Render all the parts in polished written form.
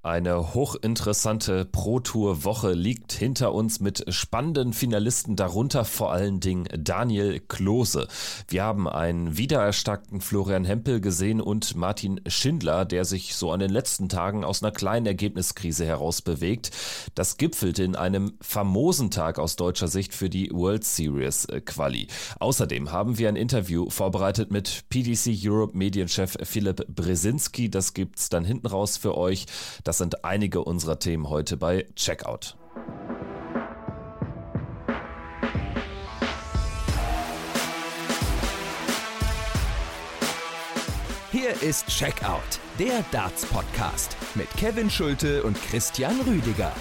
Eine hochinteressante Pro-Tour-Woche liegt hinter uns mit spannenden Finalisten, darunter vor allen Dingen Daniel Klose. Wir haben einen wiedererstarkten Florian Hempel gesehen und Martin Schindler, der sich so an den letzten Tagen aus einer kleinen Ergebniskrise herausbewegt. Das gipfelte in einem famosen Tag aus deutscher Sicht für die World Series Quali. Außerdem haben wir ein Interview vorbereitet mit PDC Europe Medienchef Philipp Brzezinski. Das gibt's dann hinten raus für euch. Das sind einige unserer Themen heute bei Checkout. Hier ist Checkout, der Darts-Podcast mit Kevin Schulte und Christian Rüdiger.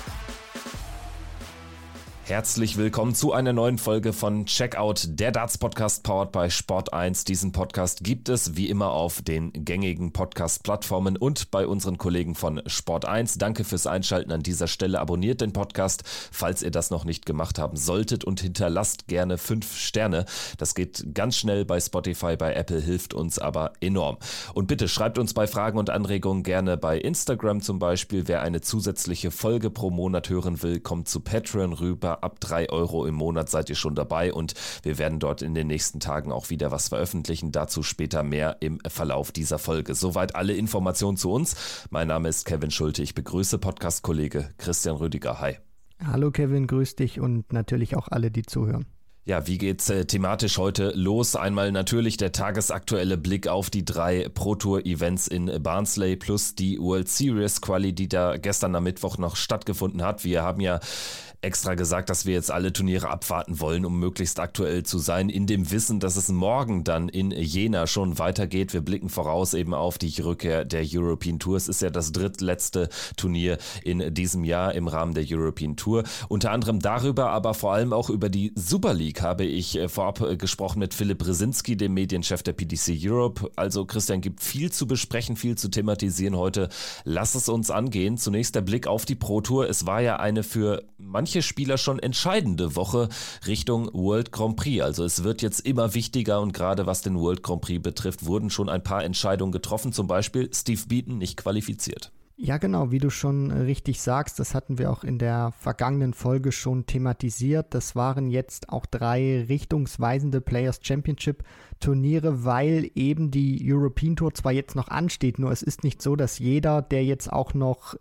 Herzlich willkommen zu einer neuen Folge von Checkout, der Darts-Podcast powered by Sport1. Diesen Podcast gibt es wie immer auf den gängigen Podcast-Plattformen und bei unseren Kollegen von Sport1. Danke fürs Einschalten an dieser Stelle. Abonniert den Podcast, falls ihr das noch nicht gemacht haben solltet, und hinterlasst gerne 5 Sterne. Das geht ganz schnell bei Spotify, bei Apple, hilft uns aber enorm. Und bitte schreibt uns bei Fragen und Anregungen gerne bei Instagram zum Beispiel. Wer eine zusätzliche Folge pro Monat hören will, kommt zu Patreon rüber. Ab 3 Euro im Monat seid ihr schon dabei und wir werden dort in den nächsten Tagen auch wieder was veröffentlichen. Dazu später mehr im Verlauf dieser Folge. Soweit alle Informationen zu uns. Mein Name ist Kevin Schulte. Ich begrüße Podcast-Kollege Christian Rüdiger. Hi. Hallo Kevin, grüß dich und natürlich auch alle, die zuhören. Ja, wie geht's thematisch heute los? Einmal natürlich der tagesaktuelle Blick auf die 3 Pro-Tour-Events in Barnsley plus die World Series Quali, die da gestern am Mittwoch noch stattgefunden hat. Wir haben ja extra gesagt, dass wir jetzt alle Turniere abwarten wollen, um möglichst aktuell zu sein, in dem Wissen, dass es morgen dann in Jena schon weitergeht. Wir blicken voraus eben auf die Rückkehr der European Tour. Es ist ja das drittletzte Turnier in diesem Jahr im Rahmen der European Tour. Unter anderem darüber, aber vor allem auch über die Super League habe ich vorab gesprochen mit Philipp Brzezinski, dem Medienchef der PDC Europe. Also Christian, gibt viel zu besprechen, viel zu thematisieren heute. Lass es uns angehen. Zunächst der Blick auf die Pro Tour. Es war ja eine für manche Spieler schon entscheidende Woche Richtung World Grand Prix. Also es wird jetzt immer wichtiger und gerade was den World Grand Prix betrifft, wurden schon ein paar Entscheidungen getroffen. Zum Beispiel Steve Beaton nicht qualifiziert. Ja, genau, wie du schon richtig sagst, das hatten wir auch in der vergangenen Folge schon thematisiert. Das waren jetzt auch 3 richtungsweisende Players Championship Turniere, weil eben die European Tour zwar jetzt noch ansteht, nur es ist nicht so, dass jeder, der jetzt auch noch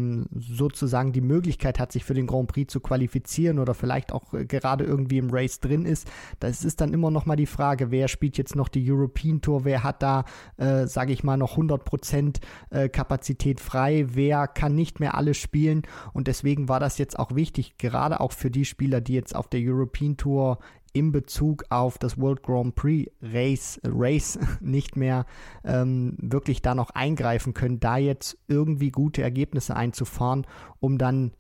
sozusagen die Möglichkeit hat, sich für den Grand Prix zu qualifizieren oder vielleicht auch gerade irgendwie im Race drin ist, das ist dann immer noch mal die Frage, wer spielt jetzt noch die European Tour, wer hat da, sage ich mal, noch 100% Kapazität frei, wer kann nicht mehr alles spielen, und deswegen war das jetzt auch wichtig, gerade auch für die Spieler, die jetzt auf der European Tour in Bezug auf das World Grand Prix Race nicht mehr wirklich da noch eingreifen können, da jetzt irgendwie gute Ergebnisse einzufahren, um dann,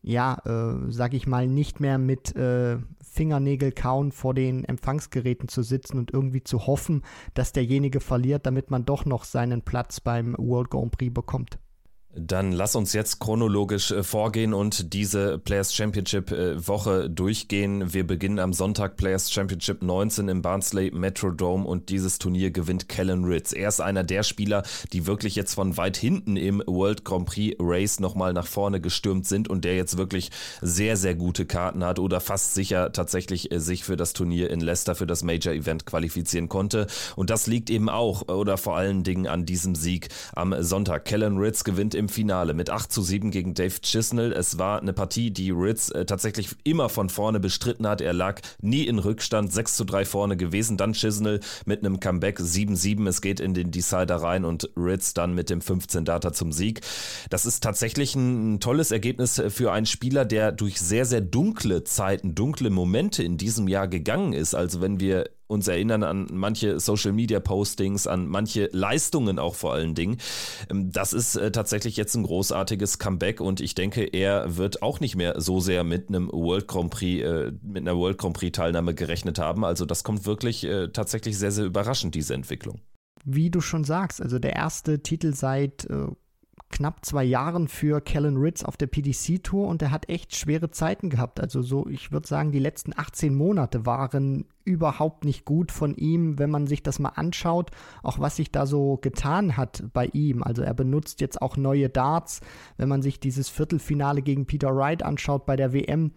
sag ich mal, nicht mehr mit Fingernägel kauen vor den Empfangsgeräten zu sitzen und irgendwie zu hoffen, dass derjenige verliert, damit man doch noch seinen Platz beim World Grand Prix bekommt. Dann lass uns jetzt chronologisch vorgehen und diese Players Championship Woche durchgehen. Wir beginnen am Sonntag Players Championship 19 im Barnsley Metrodome und dieses Turnier gewinnt Callan Ritz. Er ist einer der Spieler, die wirklich jetzt von weit hinten im World Grand Prix Race nochmal nach vorne gestürmt sind und der jetzt wirklich sehr, sehr gute Karten hat oder fast sicher tatsächlich sich für das Turnier in Leicester, für das Major Event qualifizieren konnte. Und das liegt eben auch oder vor allen Dingen an diesem Sieg am Sonntag. Callan Ritz gewinnt im Finale mit 8:7 gegen Dave Chisnell. Es war eine Partie, die Ritz tatsächlich immer von vorne bestritten hat. Er lag nie in Rückstand, 6:3 vorne gewesen. Dann Chisnell mit einem Comeback 7:7. Es geht in den Decider rein und Ritz dann mit dem 15-Data zum Sieg. Das ist tatsächlich ein tolles Ergebnis für einen Spieler, der durch sehr, sehr dunkle Zeiten, dunkle Momente in diesem Jahr gegangen ist. Also wenn wir uns erinnern an manche Social-Media-Postings, an manche Leistungen auch vor allen Dingen. Das ist tatsächlich jetzt ein großartiges Comeback und ich denke, er wird auch nicht mehr so sehr mit einem World Grand Prix, mit einer World Grand Prix Teilnahme gerechnet haben. Also das kommt wirklich tatsächlich sehr, sehr überraschend, diese Entwicklung. Wie du schon sagst, also der erste Titel seit knapp 2 Jahren für Callum Ritz auf der PDC-Tour und er hat echt schwere Zeiten gehabt. Also so, ich würde sagen, die letzten 18 Monate waren überhaupt nicht gut von ihm, wenn man sich das mal anschaut, auch was sich da so getan hat bei ihm. Also er benutzt jetzt auch neue Darts. Wenn man sich dieses Viertelfinale gegen Peter Wright anschaut bei der WM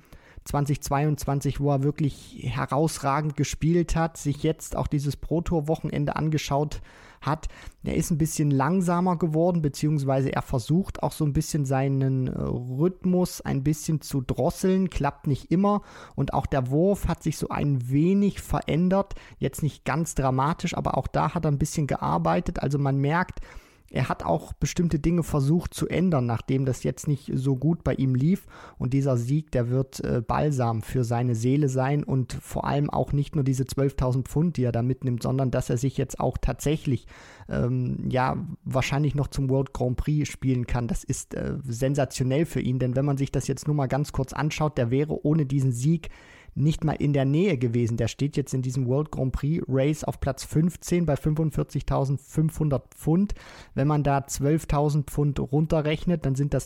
2022, wo er wirklich herausragend gespielt hat, sich jetzt auch dieses Pro-Tour-Wochenende angeschaut hat. Er ist ein bisschen langsamer geworden, beziehungsweise er versucht auch so ein bisschen seinen Rhythmus ein bisschen zu drosseln, klappt nicht immer und auch der Wurf hat sich so ein wenig verändert, jetzt nicht ganz dramatisch, aber auch da hat er ein bisschen gearbeitet, also man merkt, er hat auch bestimmte Dinge versucht zu ändern, nachdem das jetzt nicht so gut bei ihm lief. Und dieser Sieg, der wird Balsam für seine Seele sein und vor allem auch nicht nur diese 12.000 Pfund, die er da mitnimmt, sondern dass er sich jetzt auch tatsächlich wahrscheinlich noch zum World Grand Prix spielen kann. Das ist sensationell für ihn, denn wenn man sich das jetzt nur mal ganz kurz anschaut, der wäre ohne diesen Sieg nicht mal in der Nähe gewesen. Der steht jetzt in diesem World Grand Prix Race auf Platz 15 bei 45.500 Pfund. Wenn man da 12.000 Pfund runterrechnet, dann sind das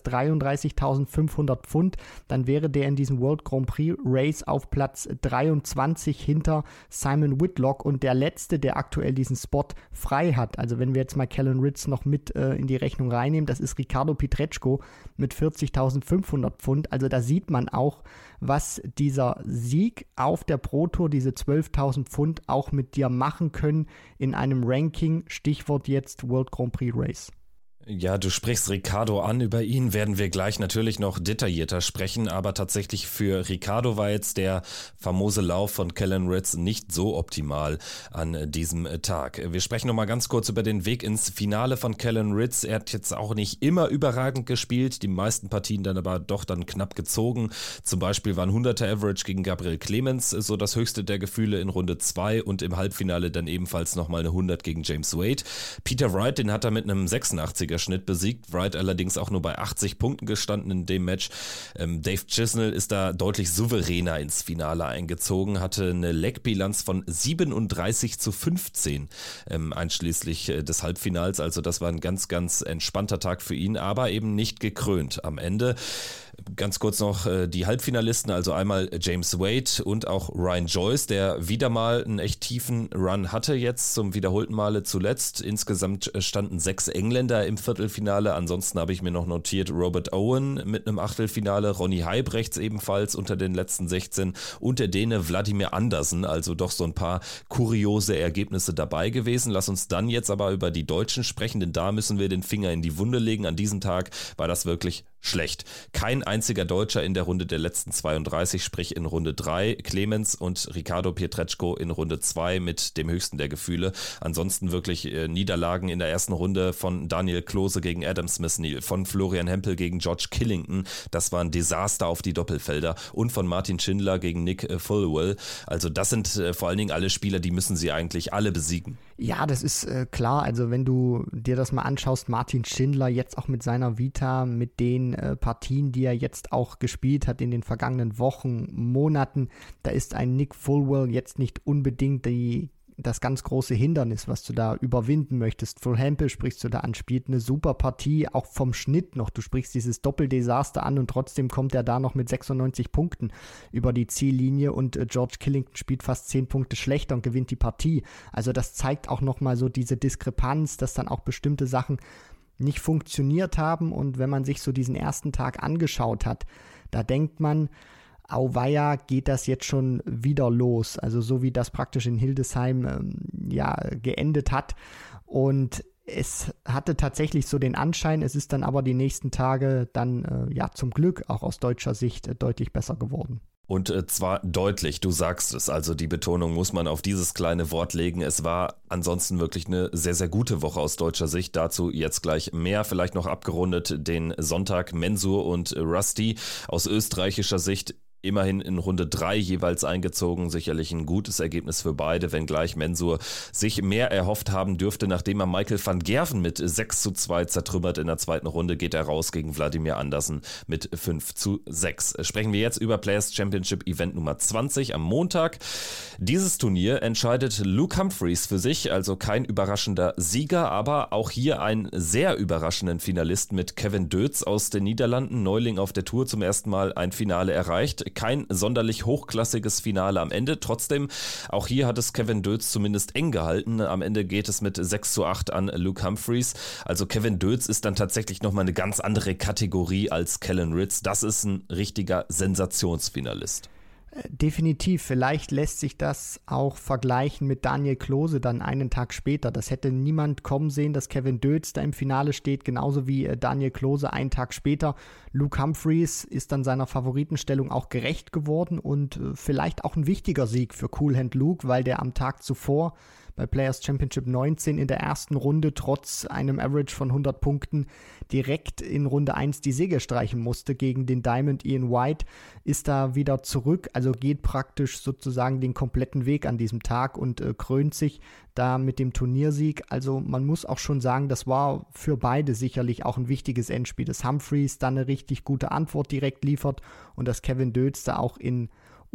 33.500 Pfund. Dann wäre der in diesem World Grand Prix Race auf Platz 23 hinter Simon Whitlock und der Letzte, der aktuell diesen Spot frei hat. Also wenn wir jetzt mal Callum Ritz noch mit in die Rechnung reinnehmen, das ist Ricardo Pietreczko mit 40.500 Pfund. Also da sieht man auch, was dieser Sieg auf der Pro Tour, diese 12.000 Pfund, auch mit dir machen können in einem Ranking. Stichwort jetzt World Grand Prix Race. Ja, du sprichst Ricardo an, über ihn werden wir gleich natürlich noch detaillierter sprechen, aber tatsächlich für Ricardo war jetzt der famose Lauf von Callum Ritz nicht so optimal an diesem Tag. Wir sprechen nochmal ganz kurz über den Weg ins Finale von Callum Ritz. Er hat jetzt auch nicht immer überragend gespielt, die meisten Partien dann aber doch dann knapp gezogen. Zum Beispiel waren 100er Average gegen Gabriel Clemens so das höchste der Gefühle in Runde 2 und im Halbfinale dann ebenfalls nochmal eine 100 gegen James Wade. Peter Wright, den hat er mit einem 86er Schnitt besiegt. Wright allerdings auch nur bei 80 Punkten gestanden in dem Match. Dave Chisnell ist da deutlich souveräner ins Finale eingezogen, hatte eine Leckbilanz von 37-15 einschließlich des Halbfinals. Also das war ein ganz, ganz entspannter Tag für ihn, aber eben nicht gekrönt am Ende. Ganz kurz noch die Halbfinalisten, also einmal James Wade und auch Ryan Joyce, der wieder mal einen echt tiefen Run hatte jetzt zum wiederholten Male zuletzt. Insgesamt standen 6 Engländer im Viertelfinale. Ansonsten habe ich mir noch notiert Robert Owen mit einem Achtelfinale, Ronny Heibrechts ebenfalls unter den letzten 16 und der Däne Vladimir Andersen. Also doch so ein paar kuriose Ergebnisse dabei gewesen. Lass uns dann jetzt aber über die Deutschen sprechen, denn da müssen wir den Finger in die Wunde legen. An diesem Tag war das wirklich schlecht. Kein einziger Deutscher in der Runde der letzten 32, sprich in Runde 3, Clemens und Ricardo Pietreczko in Runde 2 mit dem höchsten der Gefühle. Ansonsten wirklich Niederlagen in der ersten Runde von Daniel Klose gegen Adam Smith-Neal, von Florian Hempel gegen George Killington, das war ein Desaster auf die Doppelfelder, und von Martin Schindler gegen Nick Fulwell. Also das sind vor allen Dingen alle Spieler, die müssen sie eigentlich alle besiegen. Ja, das ist klar. Also wenn du dir das mal anschaust, Martin Schindler jetzt auch mit seiner Vita, mit den Partien, die er jetzt auch gespielt hat in den vergangenen Wochen, Monaten, da ist ein Nick Fulwell jetzt nicht unbedingt das ganz große Hindernis, was du da überwinden möchtest. Phil Hempel sprichst du da an, spielt eine super Partie, auch vom Schnitt noch. Du sprichst dieses Doppeldesaster an und trotzdem kommt er da noch mit 96 Punkten über die Ziellinie und George Killington spielt fast 10 Punkte schlechter und gewinnt die Partie. Also das zeigt auch nochmal so diese Diskrepanz, dass dann auch bestimmte Sachen nicht funktioniert haben, und wenn man sich so diesen ersten Tag angeschaut hat, da denkt man, auweia, geht das jetzt schon wieder los, also so wie das praktisch in Hildesheim geendet hat, und es hatte tatsächlich so den Anschein, es ist dann aber die nächsten Tage dann zum Glück auch aus deutscher Sicht deutlich besser geworden. Und zwar deutlich, du sagst es, also die Betonung muss man auf dieses kleine Wort legen. Es war ansonsten wirklich eine sehr, sehr gute Woche aus deutscher Sicht. Dazu jetzt gleich mehr, vielleicht noch abgerundet den Sonntag Mensur und Rusty aus österreichischer Sicht. immerhin in Runde 3 jeweils eingezogen. Sicherlich ein gutes Ergebnis für beide, wenngleich Mensur sich mehr erhofft haben dürfte. Nachdem er Michael van Gerven mit 6:2 zertrümmert in der zweiten Runde, geht er raus gegen Vladimir Andersen mit 5:6. Sprechen wir jetzt über Players Championship Event Nummer 20 am Montag. Dieses Turnier entscheidet Luke Humphreys für sich, also kein überraschender Sieger, aber auch hier einen sehr überraschenden Finalisten mit Kevin Dötz aus den Niederlanden, Neuling auf der Tour, zum ersten Mal ein Finale erreicht. Kein sonderlich hochklassiges Finale am Ende. Trotzdem, auch hier hat es Kevin Dötz zumindest eng gehalten. Am Ende geht es mit 6:8 an Luke Humphreys. Also Kevin Dötz ist dann tatsächlich nochmal eine ganz andere Kategorie als Kellen Ritz. Das ist ein richtiger Sensationsfinalist. Definitiv, vielleicht lässt sich das auch vergleichen mit Daniel Klose dann einen Tag später. Das hätte niemand kommen sehen, dass Kevin Dötz da im Finale steht, genauso wie Daniel Klose einen Tag später. Luke Humphreys ist dann seiner Favoritenstellung auch gerecht geworden und vielleicht auch ein wichtiger Sieg für Cool Hand Luke, weil der am Tag zuvor bei Players Championship 19 in der ersten Runde trotz einem Average von 100 Punkten direkt in Runde 1 die Segel streichen musste gegen den Diamond Ian White, ist da wieder zurück, also geht praktisch sozusagen den kompletten Weg an diesem Tag und krönt sich da mit dem Turniersieg. Also man muss auch schon sagen, das war für beide sicherlich auch ein wichtiges Endspiel, dass Humphreys da eine richtig gute Antwort direkt liefert und dass Kevin Dötz da auch in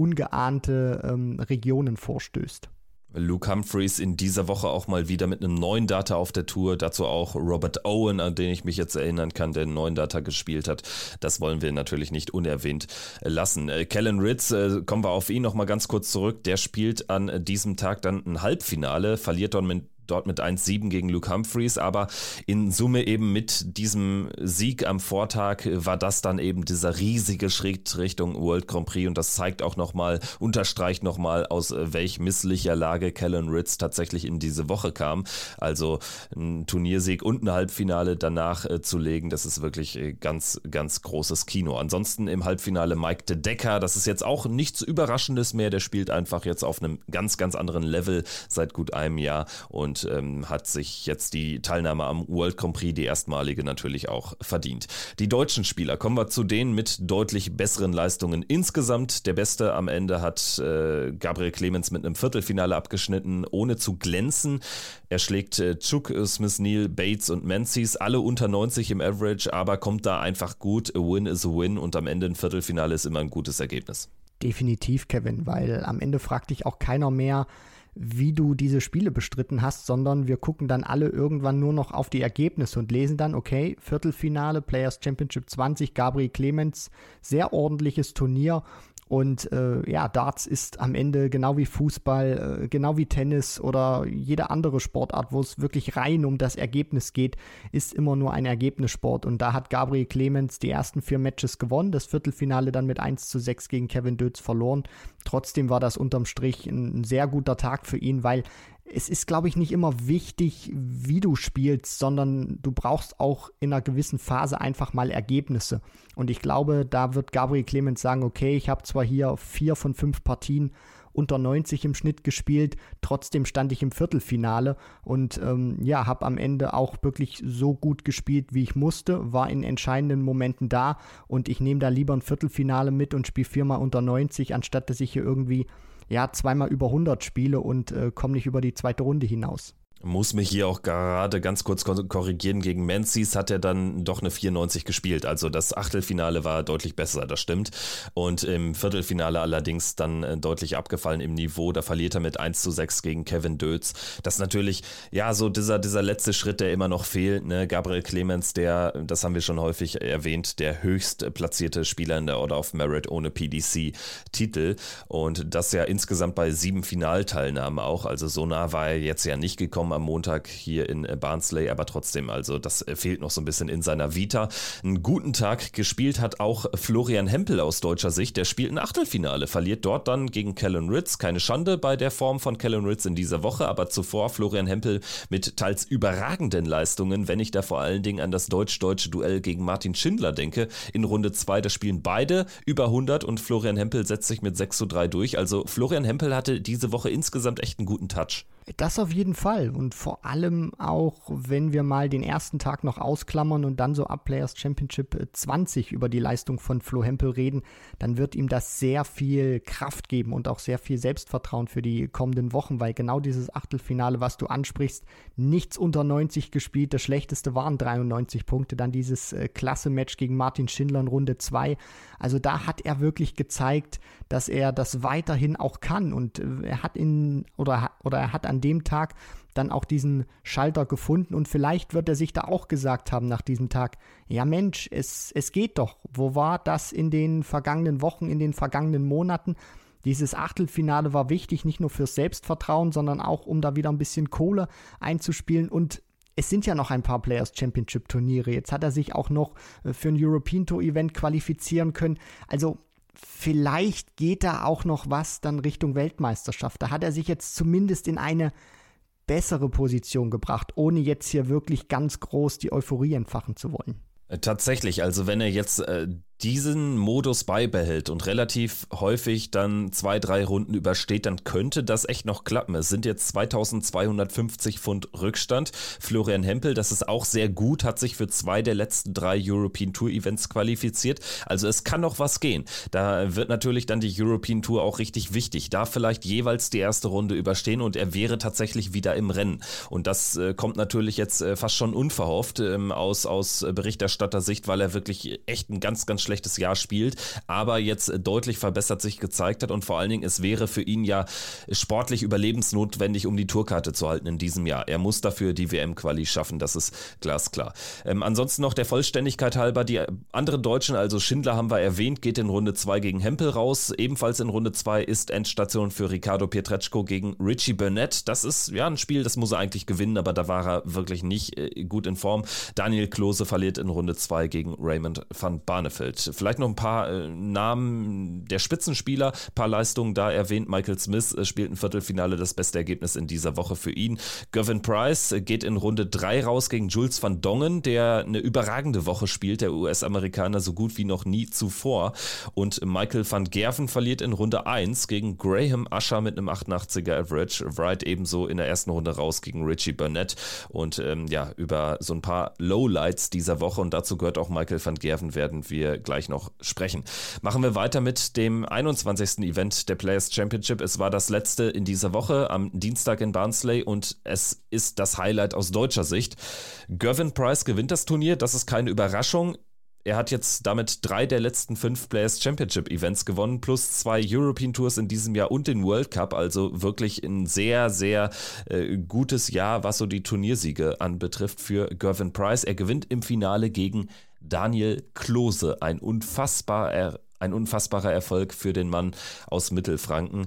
ungeahnte Regionen vorstößt. Luke Humphreys in dieser Woche auch mal wieder mit einem 9-Data auf der Tour, dazu auch Robert Owen, an den ich mich jetzt erinnern kann, der 9-Data gespielt hat. Das wollen wir natürlich nicht unerwähnt lassen. Kellen Ritz, kommen wir auf ihn nochmal ganz kurz zurück, der spielt an diesem Tag dann ein Halbfinale, verliert dort mit 1:7 gegen Luke Humphreys, aber in Summe eben mit diesem Sieg am Vortag war das dann eben dieser riesige Schritt Richtung World Grand Prix und das zeigt auch nochmal, unterstreicht nochmal, aus welch misslicher Lage Kellen Ritz tatsächlich in diese Woche kam. Also ein Turniersieg und ein Halbfinale danach zu legen, das ist wirklich ganz, ganz großes Kino. Ansonsten im Halbfinale Mike de Decker, das ist jetzt auch nichts Überraschendes mehr, der spielt einfach jetzt auf einem ganz, ganz anderen Level seit gut einem Jahr und hat sich jetzt die Teilnahme am World Grand Prix, die erstmalige, natürlich auch verdient. Die deutschen Spieler, kommen wir zu denen mit deutlich besseren Leistungen insgesamt. Der Beste am Ende hat Gabriel Clemens mit einem Viertelfinale abgeschnitten, ohne zu glänzen. Er schlägt Chuk, Smith-Neal, Bates und Menzies, alle unter 90 im Average, aber kommt da einfach gut. A win is a win und am Ende ein Viertelfinale ist immer ein gutes Ergebnis. Definitiv, Kevin, weil am Ende fragt dich auch keiner mehr, wie du diese Spiele bestritten hast, sondern wir gucken dann alle irgendwann nur noch auf die Ergebnisse und lesen dann, okay, Viertelfinale, Players Championship 20, Gabriel Clemens, sehr ordentliches Turnier. Und Darts ist am Ende genau wie Fußball, genau wie Tennis oder jede andere Sportart, wo es wirklich rein um das Ergebnis geht, ist immer nur ein Ergebnissport. Und da hat Gabriel Clemens die ersten 4 Matches gewonnen, das Viertelfinale dann mit 1:6 gegen Kevin Dötz verloren. Trotzdem war das unterm Strich ein sehr guter Tag für ihn, weil es ist, glaube ich, nicht immer wichtig, wie du spielst, sondern du brauchst auch in einer gewissen Phase einfach mal Ergebnisse. Und ich glaube, da wird Gabriel Clemens sagen, okay, ich habe zwar hier 4 von 5 Partien unter 90 im Schnitt gespielt, trotzdem stand ich im Viertelfinale und habe am Ende auch wirklich so gut gespielt, wie ich musste, war in entscheidenden Momenten da und ich nehme da lieber ein Viertelfinale mit und spiele 4-mal unter 90, anstatt dass ich hier irgendwie 2-mal über 100 spiele und komme nicht über die zweite Runde hinaus. Muss mich hier auch gerade ganz kurz korrigieren, gegen Menzies hat er dann doch eine 94 gespielt, also das Achtelfinale war deutlich besser, das stimmt, und im Viertelfinale allerdings dann deutlich abgefallen im Niveau, da verliert er mit 1:6 gegen Kevin Dötz. Das ist natürlich, so dieser letzte Schritt, der immer noch fehlt, ne? Gabriel Clemens, das haben wir schon häufig erwähnt, der höchst platzierte Spieler in der Order of Merit ohne PDC-Titel und das ja insgesamt bei 7 Finalteilnahmen auch, also so nah war er jetzt ja nicht gekommen am Montag hier in Barnsley, aber trotzdem, also das fehlt noch so ein bisschen in seiner Vita. Einen guten Tag gespielt hat auch Florian Hempel aus deutscher Sicht, der spielt ein Achtelfinale, verliert dort dann gegen Kellen Ritz, keine Schande bei der Form von Kellen Ritz in dieser Woche, aber zuvor Florian Hempel mit teils überragenden Leistungen, wenn ich da vor allen Dingen an das deutsch-deutsche Duell gegen Martin Schindler denke, in Runde 2, da spielen beide über 100 und Florian Hempel setzt sich mit 6:3 durch, also Florian Hempel hatte diese Woche insgesamt echt einen guten Touch. Das auf jeden Fall und vor allem auch, wenn wir mal den ersten Tag noch ausklammern und dann so ab Players Championship 20 über die Leistung von Flo Hempel reden, dann wird ihm das sehr viel Kraft geben und auch sehr viel Selbstvertrauen für die kommenden Wochen, weil genau dieses Achtelfinale, was du ansprichst, nichts unter 90 gespielt, das schlechteste waren 93 Punkte, dann dieses Klasse-Match gegen Martin Schindler in Runde 2, also da hat er wirklich gezeigt, dass er das weiterhin auch kann und er hat er hat an dem Tag dann auch diesen Schalter gefunden und vielleicht wird er sich da auch gesagt haben nach diesem Tag, ja Mensch, es geht doch. Wo war das in den vergangenen Wochen, in den vergangenen Monaten? Dieses Achtelfinale war wichtig, nicht nur fürs Selbstvertrauen, sondern auch, um da wieder ein bisschen Kohle einzuspielen und es sind ja noch ein paar Players Championship Turniere. Jetzt hat er sich auch noch für ein European Tour Event qualifizieren können. Also vielleicht geht da auch noch was dann Richtung Weltmeisterschaft. Da hat er sich jetzt zumindest in eine bessere Position gebracht, ohne jetzt hier wirklich ganz groß die Euphorie entfachen zu wollen. Tatsächlich, also wenn er jetzt diesen Modus beibehält und relativ häufig dann 2-3 Runden übersteht, dann könnte das echt noch klappen. Es sind jetzt 2250 Pfund Rückstand. Florian Hempel, das ist auch sehr gut, hat sich für 2 der letzten 3 European Tour Events qualifiziert. Also es kann noch was gehen. Da wird natürlich dann die European Tour auch richtig wichtig. Da vielleicht jeweils die erste Runde überstehen und er wäre tatsächlich wieder im Rennen. Und das kommt natürlich jetzt fast schon unverhofft aus Berichterstattersicht, weil er wirklich echt ein ganz, ganz schlechtes Jahr spielt, aber jetzt deutlich verbessert sich gezeigt hat und vor allen Dingen, es wäre für ihn ja sportlich überlebensnotwendig, um die Tourkarte zu halten in diesem Jahr. Er muss dafür die WM-Quali schaffen, das ist glasklar. Ansonsten noch der Vollständigkeit halber, die anderen Deutschen, also Schindler haben wir erwähnt, geht in Runde 2 gegen Hempel raus. Ebenfalls in Runde 2 ist Endstation für Ricardo Pietreczko gegen Richie Burnett. Das ist ja ein Spiel, das muss er eigentlich gewinnen, aber da war er wirklich nicht gut in Form. Daniel Klose verliert in Runde 2 gegen Raymond van Barneveld. Vielleicht noch ein paar Namen der Spitzenspieler, ein paar Leistungen da erwähnt. Michael Smith spielt ein Viertelfinale, das beste Ergebnis in dieser Woche für ihn. Gervin Price geht in Runde 3 raus gegen Jules van Dongen, der eine überragende Woche spielt, der US-Amerikaner so gut wie noch nie zuvor. Und Michael van Gerven verliert in Runde 1 gegen Graham Usher mit einem 88er Average. Wright ebenso in der ersten Runde raus gegen Richie Burnett. Und über so ein paar Lowlights dieser Woche und dazu gehört auch Michael van Gerven, werden wir gleich noch sprechen. Machen wir weiter mit dem 21. Event der Players Championship. Es war das letzte in dieser Woche am Dienstag in Barnsley und es ist das Highlight aus deutscher Sicht. Gervin Price gewinnt das Turnier, das ist keine Überraschung. Er hat jetzt damit 3 der letzten 5 Players Championship Events gewonnen, plus 2 European Tours in diesem Jahr und den World Cup, also wirklich ein sehr, sehr gutes Jahr, was so die Turniersiege anbetrifft für Gervin Price. Er gewinnt im Finale gegen Daniel Klose, ein unfassbarer Erfolg für den Mann aus Mittelfranken.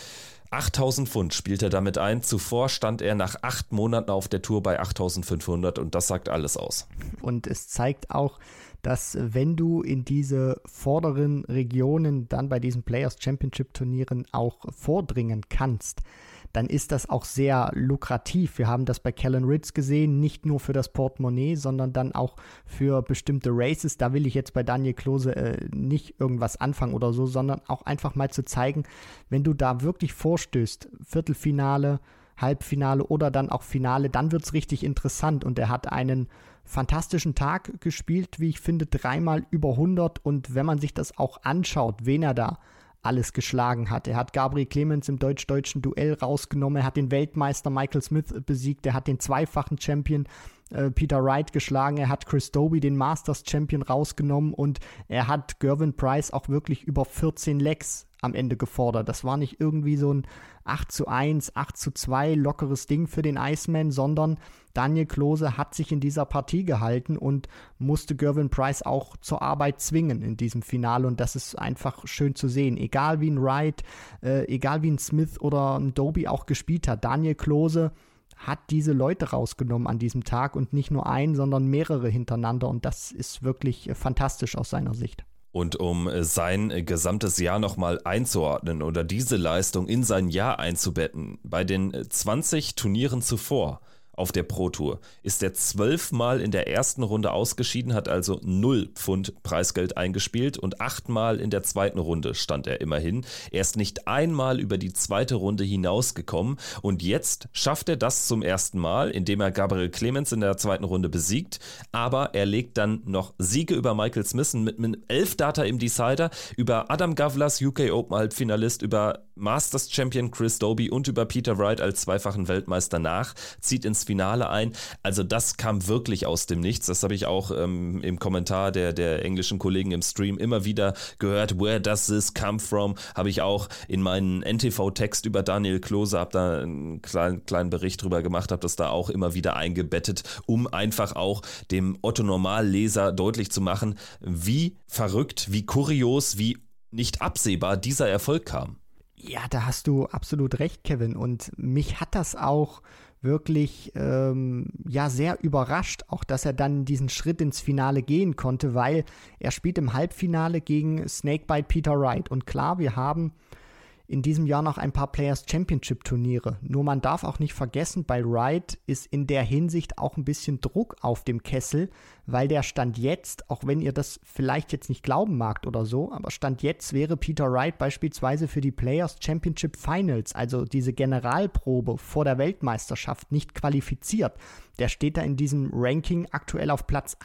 8.000 Pfund spielt er damit ein. Zuvor stand er nach 8 Monaten auf der Tour bei 8.500 und das sagt alles aus. Und es zeigt auch, dass wenn du in diese vorderen Regionen dann bei diesen Players Championship Turnieren auch vordringen kannst, dann ist das auch sehr lukrativ. Wir haben das bei Callan Ritz gesehen, nicht nur für das Portemonnaie, sondern dann auch für bestimmte Races. Da will ich jetzt bei Daniel Klose nicht irgendwas anfangen oder so, sondern auch einfach mal zu zeigen, wenn du da wirklich vorstößt, Viertelfinale, Halbfinale oder dann auch Finale, dann wird es richtig interessant und er hat einen fantastischen Tag gespielt, wie ich finde, 3-mal über 100 und wenn man sich das auch anschaut, wen er da alles geschlagen hat. Er hat Gabriel Clemens im deutsch-deutschen Duell rausgenommen, er hat den Weltmeister Michael Smith besiegt, er hat den zweifachen Champion Peter Wright geschlagen, er hat Chris Dobey, den Masters-Champion, rausgenommen und er hat Gervin Price auch wirklich über 14 Legs am Ende gefordert. Das war nicht irgendwie so ein 8:1, 8:2 lockeres Ding für den Iceman, sondern Daniel Klose hat sich in dieser Partie gehalten und musste Gervin Price auch zur Arbeit zwingen in diesem Finale und das ist einfach schön zu sehen. Egal wie ein Wright, egal wie ein Smith oder ein Dobey auch gespielt hat, Daniel Klose hat diese Leute rausgenommen an diesem Tag und nicht nur einen, sondern mehrere hintereinander und das ist wirklich fantastisch aus seiner Sicht. Und um sein gesamtes Jahr nochmal einzuordnen oder diese Leistung in sein Jahr einzubetten, bei den 20 Turnieren zuvor auf der Pro Tour ist er 12-mal in der ersten Runde ausgeschieden, hat also 0 Pfund Preisgeld eingespielt und 8-mal in der zweiten Runde stand er immerhin. Er ist nicht einmal über die zweite Runde hinausgekommen und jetzt schafft er das zum ersten Mal, indem er Gabriel Clemens in der zweiten Runde besiegt, aber er legt dann noch Siege über Michael Smith mit einem 11-Data im Decider, über Adam Gavlas, UK Open Halbfinalist, über Masters Champion Chris Dobey und über Peter Wright als zweifachen Weltmeister nach, zieht ins Finale ein. Also das kam wirklich aus dem Nichts. Das habe ich auch im Kommentar der englischen Kollegen im Stream immer wieder gehört. Where does this come from? Habe ich auch in meinen NTV-Text über Daniel Klose, habe da einen kleinen Bericht drüber gemacht, habe das da auch immer wieder eingebettet, um einfach auch dem Otto-Normalleser deutlich zu machen, wie verrückt, wie kurios, wie nicht absehbar dieser Erfolg kam. Ja, da hast du absolut recht, Kevin. Und mich hat das auch wirklich sehr überrascht, auch dass er dann diesen Schritt ins Finale gehen konnte, weil er spielt im Halbfinale gegen Snakebite Peter Wright. Und klar, wir haben in diesem Jahr noch ein paar Players Championship Turniere. Nur man darf auch nicht vergessen, bei Wright ist in der Hinsicht auch ein bisschen Druck auf dem Kessel, weil der Stand jetzt, auch wenn ihr das vielleicht jetzt nicht glauben magt oder so, aber Stand jetzt wäre Peter Wright beispielsweise für die Players Championship Finals, also diese Generalprobe vor der Weltmeisterschaft, nicht qualifiziert. Der steht da in diesem Ranking aktuell auf Platz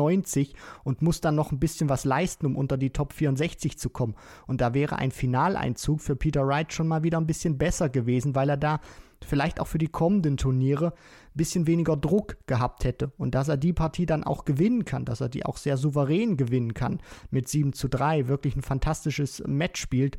91 und muss dann noch ein bisschen was leisten, um unter die Top 64 zu kommen. Und da wäre ein Finaleinzug für Peter Wright schon mal wieder ein bisschen besser gewesen, weil er da vielleicht auch für die kommenden Turniere ein bisschen weniger Druck gehabt hätte. Und dass er die Partie dann auch gewinnen kann, dass er die auch sehr souverän gewinnen kann mit 7:3, wirklich ein fantastisches Match spielt.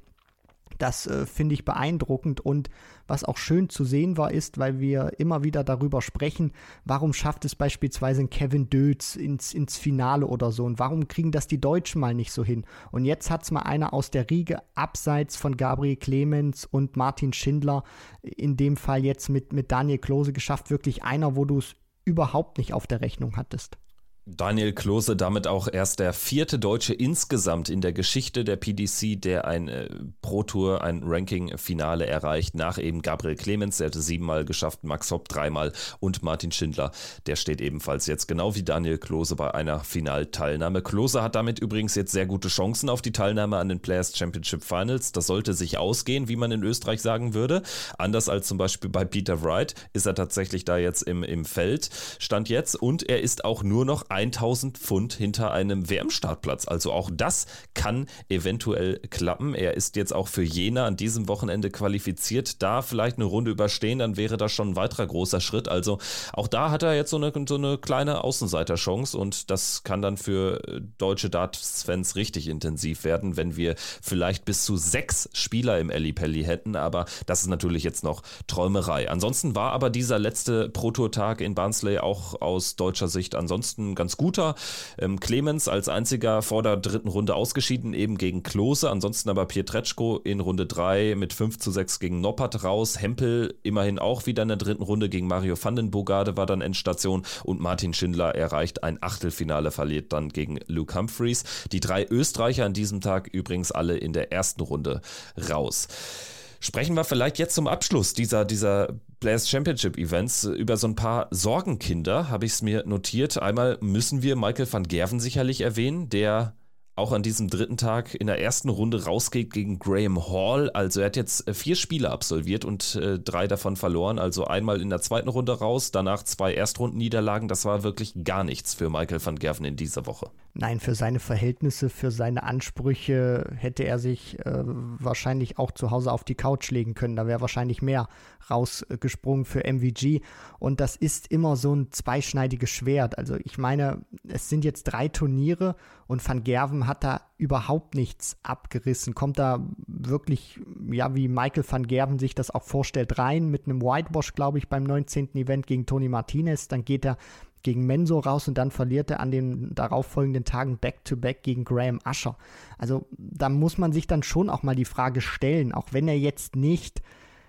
Das finde ich beeindruckend und was auch schön zu sehen war, ist, weil wir immer wieder darüber sprechen, warum schafft es beispielsweise ein Kevin Dötz ins Finale oder so und warum kriegen das die Deutschen mal nicht so hin. Und jetzt hat es mal einer aus der Riege abseits von Gabriel Clemens und Martin Schindler, in dem Fall jetzt mit Daniel Klose geschafft, wirklich einer, wo du es überhaupt nicht auf der Rechnung hattest. Daniel Klose damit auch erst der 4. Deutsche insgesamt in der Geschichte der PDC, der ein Pro Tour, ein Ranking-Finale erreicht, nach eben Gabriel Clemens, der hatte 7-mal geschafft, Max Hopp 3-mal und Martin Schindler, der steht ebenfalls jetzt genau wie Daniel Klose bei einer Finalteilnahme. Klose hat damit übrigens jetzt sehr gute Chancen auf die Teilnahme an den Players Championship Finals. Das sollte sich ausgehen, wie man in Österreich sagen würde. Anders als zum Beispiel bei Peter Wright ist er tatsächlich da jetzt im Feld, stand jetzt, und er ist auch nur noch 1000 Pfund hinter einem WM-Startplatz. Also auch das kann eventuell klappen. Er ist jetzt auch für Jena an diesem Wochenende qualifiziert. Da vielleicht eine Runde überstehen, dann wäre das schon ein weiterer großer Schritt. Also auch da hat er jetzt so eine kleine Außenseiterchance und das kann dann für deutsche Darts-Fans richtig intensiv werden, wenn wir vielleicht bis zu 6 Spieler im Ellipelli hätten. Aber das ist natürlich jetzt noch Träumerei. Ansonsten war aber dieser letzte Pro-Tour-Tag in Barnsley auch aus deutscher Sicht ansonsten ganz guter. Clemens als einziger vor der dritten Runde ausgeschieden, eben gegen Klose. Ansonsten aber Pietreczko in Runde 3 mit 5:6 gegen Noppert raus. Hempel immerhin auch wieder in der dritten Runde gegen Mario van den Bogarde war dann Endstation und Martin Schindler erreicht ein Achtelfinale, verliert dann gegen Luke Humphreys. Die 3 Österreicher an diesem Tag übrigens alle in der ersten Runde raus. Sprechen wir vielleicht jetzt zum Abschluss dieser Players Championship Events über so ein paar Sorgenkinder, habe ich es mir notiert. Einmal müssen wir Michael van Gerwen sicherlich erwähnen, der auch an diesem dritten Tag in der ersten Runde rausgeht gegen Graham Hall. Also er hat jetzt 4 Spiele absolviert und 3 davon verloren. Also einmal in der zweiten Runde raus, danach 2 Erstrundenniederlagen. Das war wirklich gar nichts für Michael van Gerwen in dieser Woche. Nein, für seine Verhältnisse, für seine Ansprüche hätte er sich wahrscheinlich auch zu Hause auf die Couch legen können. Da wäre wahrscheinlich mehr rausgesprungen für MVG. Und das ist immer so ein zweischneidiges Schwert. Also ich meine, es sind jetzt 3 Turniere und Van Gerwen hat da überhaupt nichts abgerissen. Kommt da wirklich, ja, wie Michael van Gerwen sich das auch vorstellt, rein mit einem Whitewash, glaube ich, beim 19. Event gegen Tony Martinez. Dann geht er gegen Mensur raus und dann verliert er an den darauffolgenden Tagen Back-to-Back gegen Graham Usher. Also da muss man sich dann schon auch mal die Frage stellen, auch wenn er jetzt nicht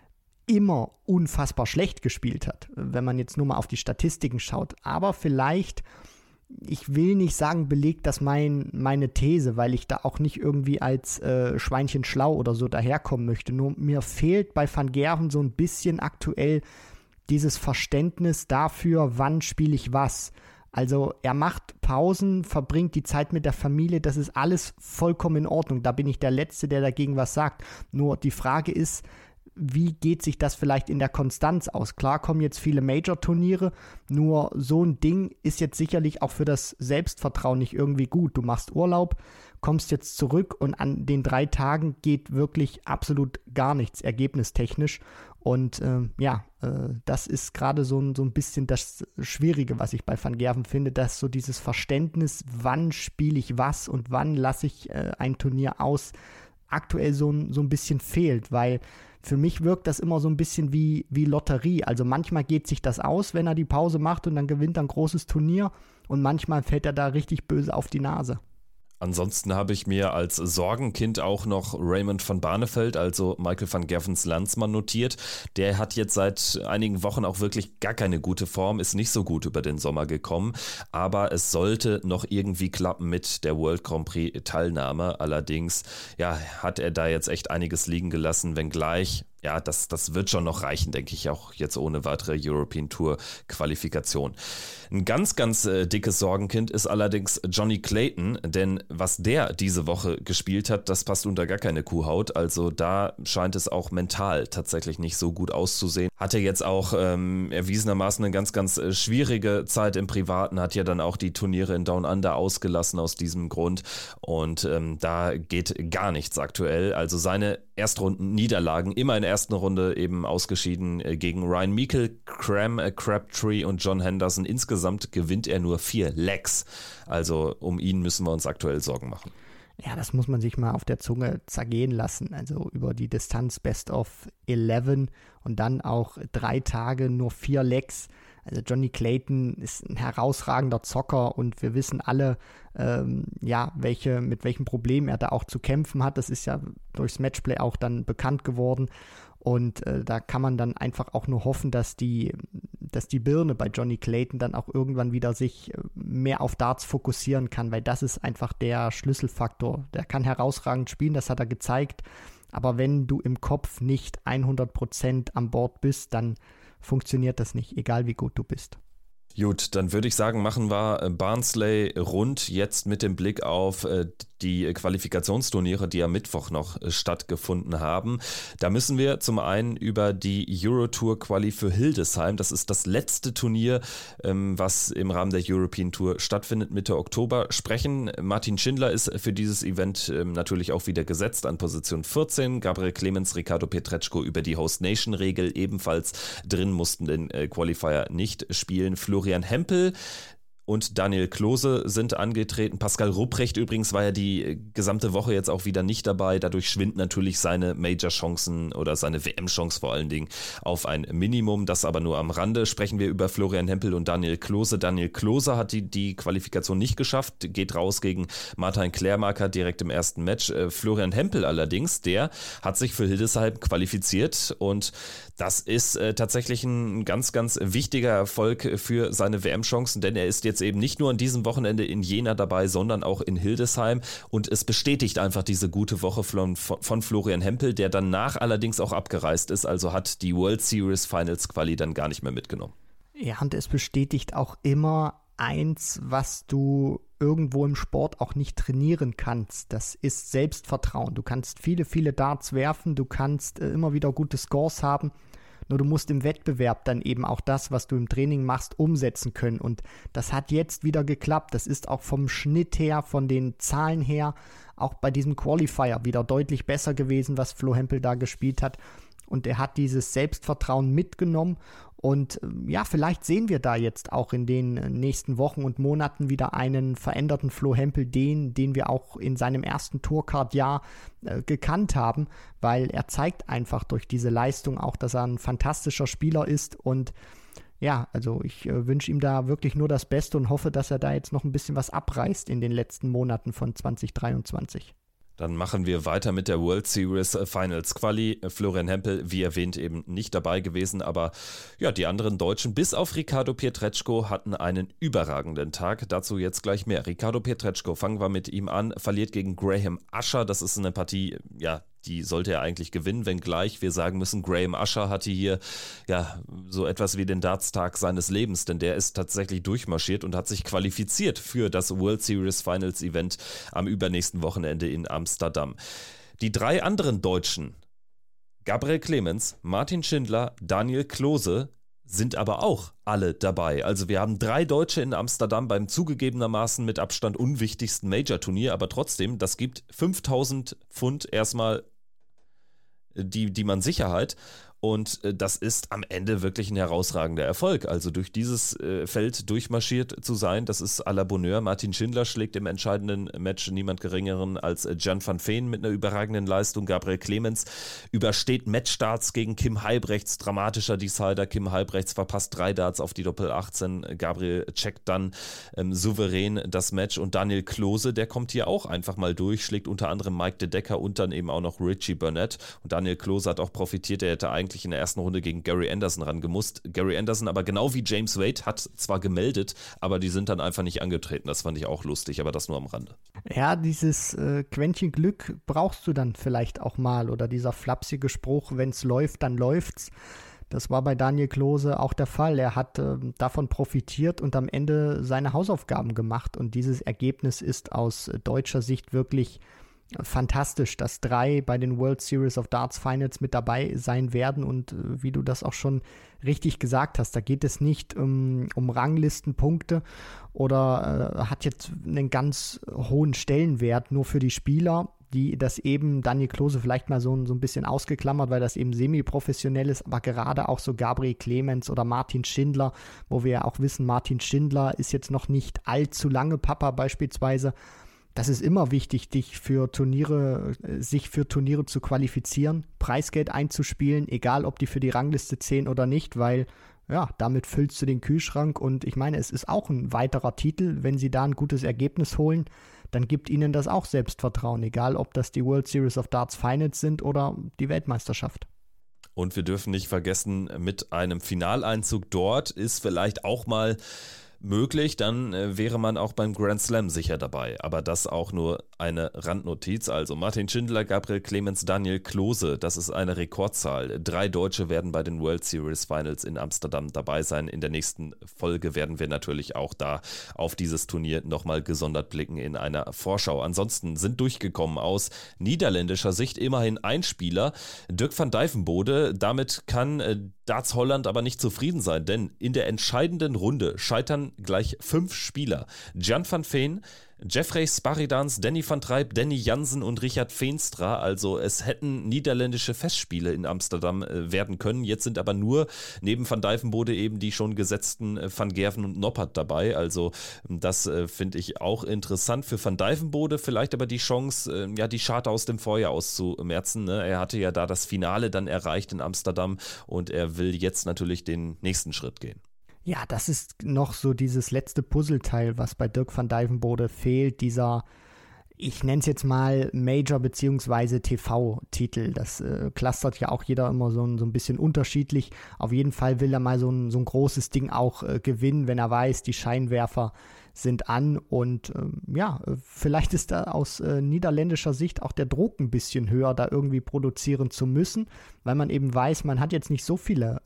immer unfassbar schlecht gespielt hat, wenn man jetzt nur mal auf die Statistiken schaut. Aber vielleicht, ich will nicht sagen, belegt das meine These, weil ich da auch nicht irgendwie als Schweinchen schlau oder so daherkommen möchte. Nur mir fehlt bei Van Gerwen so ein bisschen aktuell dieses Verständnis dafür, wann spiele ich was. Also er macht Pausen, verbringt die Zeit mit der Familie, das ist alles vollkommen in Ordnung. Da bin ich der Letzte, der dagegen was sagt. Nur die Frage ist, wie geht sich das vielleicht in der Konstanz aus? Klar kommen jetzt viele Major-Turniere, nur so ein Ding ist jetzt sicherlich auch für das Selbstvertrauen nicht irgendwie gut. Du machst Urlaub, kommst jetzt zurück und an den 3 Tagen geht wirklich absolut gar nichts ergebnistechnisch. Und das ist gerade so ein bisschen das Schwierige, was ich bei Van Gerven finde, dass so dieses Verständnis, wann spiele ich was und wann lasse ich ein Turnier aus, aktuell so ein bisschen fehlt, weil für mich wirkt das immer so ein bisschen wie Lotterie. Also manchmal geht sich das aus, wenn er die Pause macht und dann gewinnt er ein großes Turnier und manchmal fällt er da richtig böse auf die Nase. Ansonsten habe ich mir als Sorgenkind auch noch Raymond van Barneveld, also Michael van Gervens Landsmann, notiert. Der hat jetzt seit einigen Wochen auch wirklich gar keine gute Form, ist nicht so gut über den Sommer gekommen, aber es sollte noch irgendwie klappen mit der World Grand Prix Teilnahme. Allerdings hat er da jetzt echt einiges liegen gelassen, wenngleich. Ja, das wird schon noch reichen, denke ich, auch jetzt ohne weitere European Tour Qualifikation. Ein ganz, ganz dickes Sorgenkind ist allerdings Johnny Clayton, denn was der diese Woche gespielt hat, das passt unter gar keine Kuhhaut. Also da scheint es auch mental tatsächlich nicht so gut auszusehen. Hatte jetzt auch erwiesenermaßen eine ganz, ganz schwierige Zeit im Privaten, hat ja dann auch die Turniere in Down Under ausgelassen aus diesem Grund und da geht gar nichts aktuell. Also seine Erstrunden-Niederlagen immer in der ersten Runde eben ausgeschieden gegen Ryan Meikle, Crabtree und John Henderson. Insgesamt gewinnt er nur 4 Legs. Also um ihn müssen wir uns aktuell Sorgen machen. Ja, das muss man sich mal auf der Zunge zergehen lassen. Also über die Distanz Best of 11 und dann auch 3 Tage nur 4 Legs. Also Johnny Clayton ist ein herausragender Zocker und wir wissen alle, mit welchen Problemen er da auch zu kämpfen hat. Das ist ja durchs Matchplay auch dann bekannt geworden. Und da kann man dann einfach auch nur hoffen, dass die Birne bei Johnny Clayton dann auch irgendwann wieder sich mehr auf Darts fokussieren kann, weil das ist einfach der Schlüsselfaktor. Der kann herausragend spielen, das hat er gezeigt. Aber wenn du im Kopf nicht 100% an Bord bist, dann funktioniert das nicht, egal wie gut du bist. Gut, dann würde ich sagen, machen wir Barnsley rund jetzt mit dem Blick auf die Qualifikationsturniere, die am Mittwoch noch stattgefunden haben. Da müssen wir zum einen über die Eurotour-Quali für Hildesheim, das ist das letzte Turnier, was im Rahmen der European Tour stattfindet, Mitte Oktober, sprechen. Martin Schindler ist für dieses Event natürlich auch wieder gesetzt an Position 14. Gabriel Clemens, Ricardo Pietreczko über die Host-Nation-Regel ebenfalls drin, mussten den Qualifier nicht spielen. Florian Hempel und Daniel Klose sind angetreten. Pascal Rupprecht übrigens war ja die gesamte Woche jetzt auch wieder nicht dabei. Dadurch schwinden natürlich seine Major-Chancen oder seine WM-Chance vor allen Dingen auf ein Minimum. Das aber nur am Rande. Sprechen wir über Florian Hempel und Daniel Klose. Daniel Klose hat die Qualifikation nicht geschafft, geht raus gegen Martin Klärmarker direkt im ersten Match. Florian Hempel allerdings, der hat sich für Hildesheim qualifiziert und das ist tatsächlich ein ganz, ganz wichtiger Erfolg für seine WM-Chancen, denn er ist jetzt eben nicht nur an diesem Wochenende in Jena dabei, sondern auch in Hildesheim und es bestätigt einfach diese gute Woche von Florian Hempel, der danach allerdings auch abgereist ist, also hat die World Series Finals Quali dann gar nicht mehr mitgenommen. Ja, und es bestätigt auch immer eins, was du irgendwo im Sport auch nicht trainieren kannst. Das ist Selbstvertrauen. Du kannst viele, viele Darts werfen, du kannst immer wieder gute Scores haben, nur du musst im Wettbewerb dann eben auch das, was du im Training machst, umsetzen können. Und das hat jetzt wieder geklappt. Das ist auch vom Schnitt her, von den Zahlen her, auch bei diesem Qualifier wieder deutlich besser gewesen, was Flo Hempel da gespielt hat. Und er hat dieses Selbstvertrauen mitgenommen. Und ja, vielleicht sehen wir da jetzt auch in den nächsten Wochen und Monaten wieder einen veränderten Flo Hempel, den wir auch in seinem ersten Tourcard-Jahr gekannt haben, weil er zeigt einfach durch diese Leistung auch, dass er ein fantastischer Spieler ist. Und ja, also ich wünsche ihm da wirklich nur das Beste und hoffe, dass er da jetzt noch ein bisschen was abreißt in den letzten Monaten von 2023. Dann machen wir weiter mit der World Series Finals Quali. Florian Hempel, wie erwähnt, eben nicht dabei gewesen, aber ja, die anderen Deutschen, bis auf Ricardo Pietreczko, hatten einen überragenden Tag. Dazu jetzt gleich mehr. Ricardo Pietreczko, fangen wir mit ihm an, verliert gegen Graham Usher. Das ist eine Partie, ja, die sollte er eigentlich gewinnen, wenngleich wir sagen müssen, Graham Usher hatte hier ja so etwas wie den Darts-Tag seines Lebens, denn der ist tatsächlich durchmarschiert und hat sich qualifiziert für das World Series Finals Event am übernächsten Wochenende in Amsterdam. Die 3 anderen Deutschen, Gabriel Clemens, Martin Schindler, Daniel Klose, sind aber auch alle dabei. Also wir haben 3 Deutsche in Amsterdam beim zugegebenermaßen mit Abstand unwichtigsten Major-Turnier, aber trotzdem, das gibt 5.000 Pfund erstmal die man Sicherheit. Und das ist am Ende wirklich ein herausragender Erfolg. Also durch dieses Feld durchmarschiert zu sein, das ist à la Bonheur. Martin Schindler schlägt im entscheidenden Match niemand Geringeren als Jan van Veen mit einer überragenden Leistung. Gabriel Clemens übersteht Matchstarts gegen Kim Halbrechts, dramatischer Decider. Kim Halbrechts verpasst 3 Darts auf die Doppel 18. Gabriel checkt dann souverän das Match. Und Daniel Klose, der kommt hier auch einfach mal durch, schlägt unter anderem Mike de Decker und dann eben auch noch Richie Burnett. Und Daniel Klose hat auch profitiert, er hätte eigentlich in der ersten Runde gegen Gary Anderson rangemusst. Gary Anderson aber genau wie James Wade hat zwar gemeldet, aber die sind dann einfach nicht angetreten. Das fand ich auch lustig, aber das nur am Rande. Ja, dieses Quäntchen Glück brauchst du dann vielleicht auch mal oder dieser flapsige Spruch, wenn es läuft, dann läuft's. Das war bei Daniel Klose auch der Fall. Er hat davon profitiert und am Ende seine Hausaufgaben gemacht und dieses Ergebnis ist aus deutscher Sicht wirklich fantastisch, dass 3 bei den World Series of Darts Finals mit dabei sein werden und wie du das auch schon richtig gesagt hast, da geht es nicht um Ranglistenpunkte oder hat jetzt einen ganz hohen Stellenwert nur für die Spieler, die das eben Daniel Klose vielleicht mal so ein bisschen ausgeklammert, weil das eben semi-professionell ist, aber gerade auch so Gabriel Clemens oder Martin Schindler, wo wir ja auch wissen, Martin Schindler ist jetzt noch nicht allzu lange Papa beispielsweise. Das ist immer wichtig, sich für Turniere zu qualifizieren, Preisgeld einzuspielen, egal ob die für die Rangliste zählen oder nicht, weil ja, damit füllst du den Kühlschrank und ich meine, es ist auch ein weiterer Titel, wenn sie da ein gutes Ergebnis holen, dann gibt ihnen das auch Selbstvertrauen, egal ob das die World Series of Darts Finals sind oder die Weltmeisterschaft. Und wir dürfen nicht vergessen, mit einem Finaleinzug dort ist vielleicht auch mal möglich, dann wäre man auch beim Grand Slam sicher dabei. Aber das auch nur eine Randnotiz. Also Martin Schindler, Gabriel Clemens, Daniel Klose, das ist eine Rekordzahl. 3 Deutsche werden bei den World Series Finals in Amsterdam dabei sein. In der nächsten Folge werden wir natürlich auch da auf dieses Turnier nochmal gesondert blicken in einer Vorschau. Ansonsten sind durchgekommen aus niederländischer Sicht immerhin ein Spieler, Dirk van Dijvenbode. Damit kann Darts Holland aber nicht zufrieden sein, denn in der entscheidenden Runde scheitern gleich 5 Spieler. Jan van Veen, Jeffrey Sparidans, Danny van Trijp, Danny Jansen und Richard Veenstra. Also es hätten niederländische Festspiele in Amsterdam werden können. Jetzt sind aber nur neben Van Dijvenbode eben die schon gesetzten Van Gerven und Noppert dabei. Also das finde ich auch interessant für Van Dijvenbode. Vielleicht aber die Chance, die Scharte aus dem Vorjahr auszumerzen. Ne? Er hatte ja da das Finale dann erreicht in Amsterdam und er will jetzt natürlich den nächsten Schritt gehen. Ja, das ist noch so dieses letzte Puzzleteil, was bei Dirk van Dijvenbode fehlt, dieser, ich nenne es jetzt mal Major- bzw. TV-Titel. Das clustert ja auch jeder immer so ein bisschen unterschiedlich. Auf jeden Fall will er mal so ein großes Ding auch gewinnen, wenn er weiß, die Scheinwerfer sind an und vielleicht ist da aus niederländischer Sicht auch der Druck ein bisschen höher, da irgendwie produzieren zu müssen, weil man eben weiß, man hat jetzt nicht so viele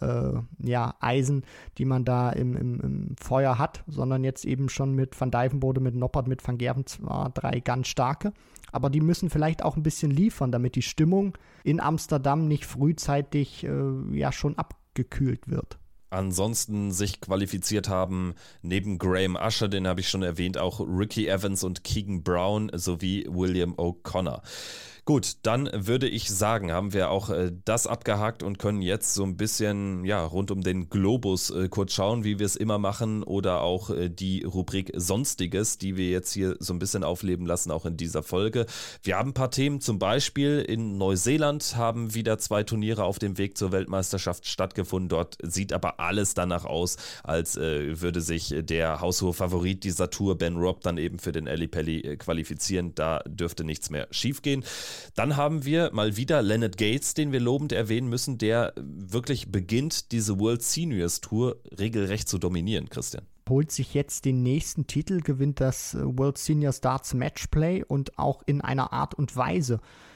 Eisen, die man da im Feuer hat, sondern jetzt eben schon mit Van Dijvenbode, mit Noppert, mit Van Gerven zwar 3 ganz starke, aber die müssen vielleicht auch ein bisschen liefern, damit die Stimmung in Amsterdam nicht frühzeitig schon abgekühlt wird. Ansonsten sich qualifiziert haben neben Graham Usher, den habe ich schon erwähnt, auch Ricky Evans und Keegan Brown sowie William O'Connor. Gut, dann würde ich sagen, haben wir auch das abgehakt und können jetzt so ein bisschen rund um den Globus kurz schauen, wie wir es immer machen oder auch die Rubrik Sonstiges, die wir jetzt hier so ein bisschen aufleben lassen, auch in dieser Folge. Wir haben ein paar Themen, zum Beispiel in Neuseeland haben wieder 2 Turniere auf dem Weg zur Weltmeisterschaft stattgefunden. Dort sieht aber alles danach aus, als würde sich der haushohe Favorit dieser Tour, Ben Robb, dann eben für den Ali Pelli qualifizieren. Da dürfte nichts mehr schiefgehen. Dann haben wir mal wieder Leonard Gates, den wir lobend erwähnen müssen, der wirklich beginnt, diese World Seniors Tour regelrecht zu dominieren, Christian. Holt sich jetzt den nächsten Titel, gewinnt das World Seniors Darts Matchplay und auch in einer Art und Weise,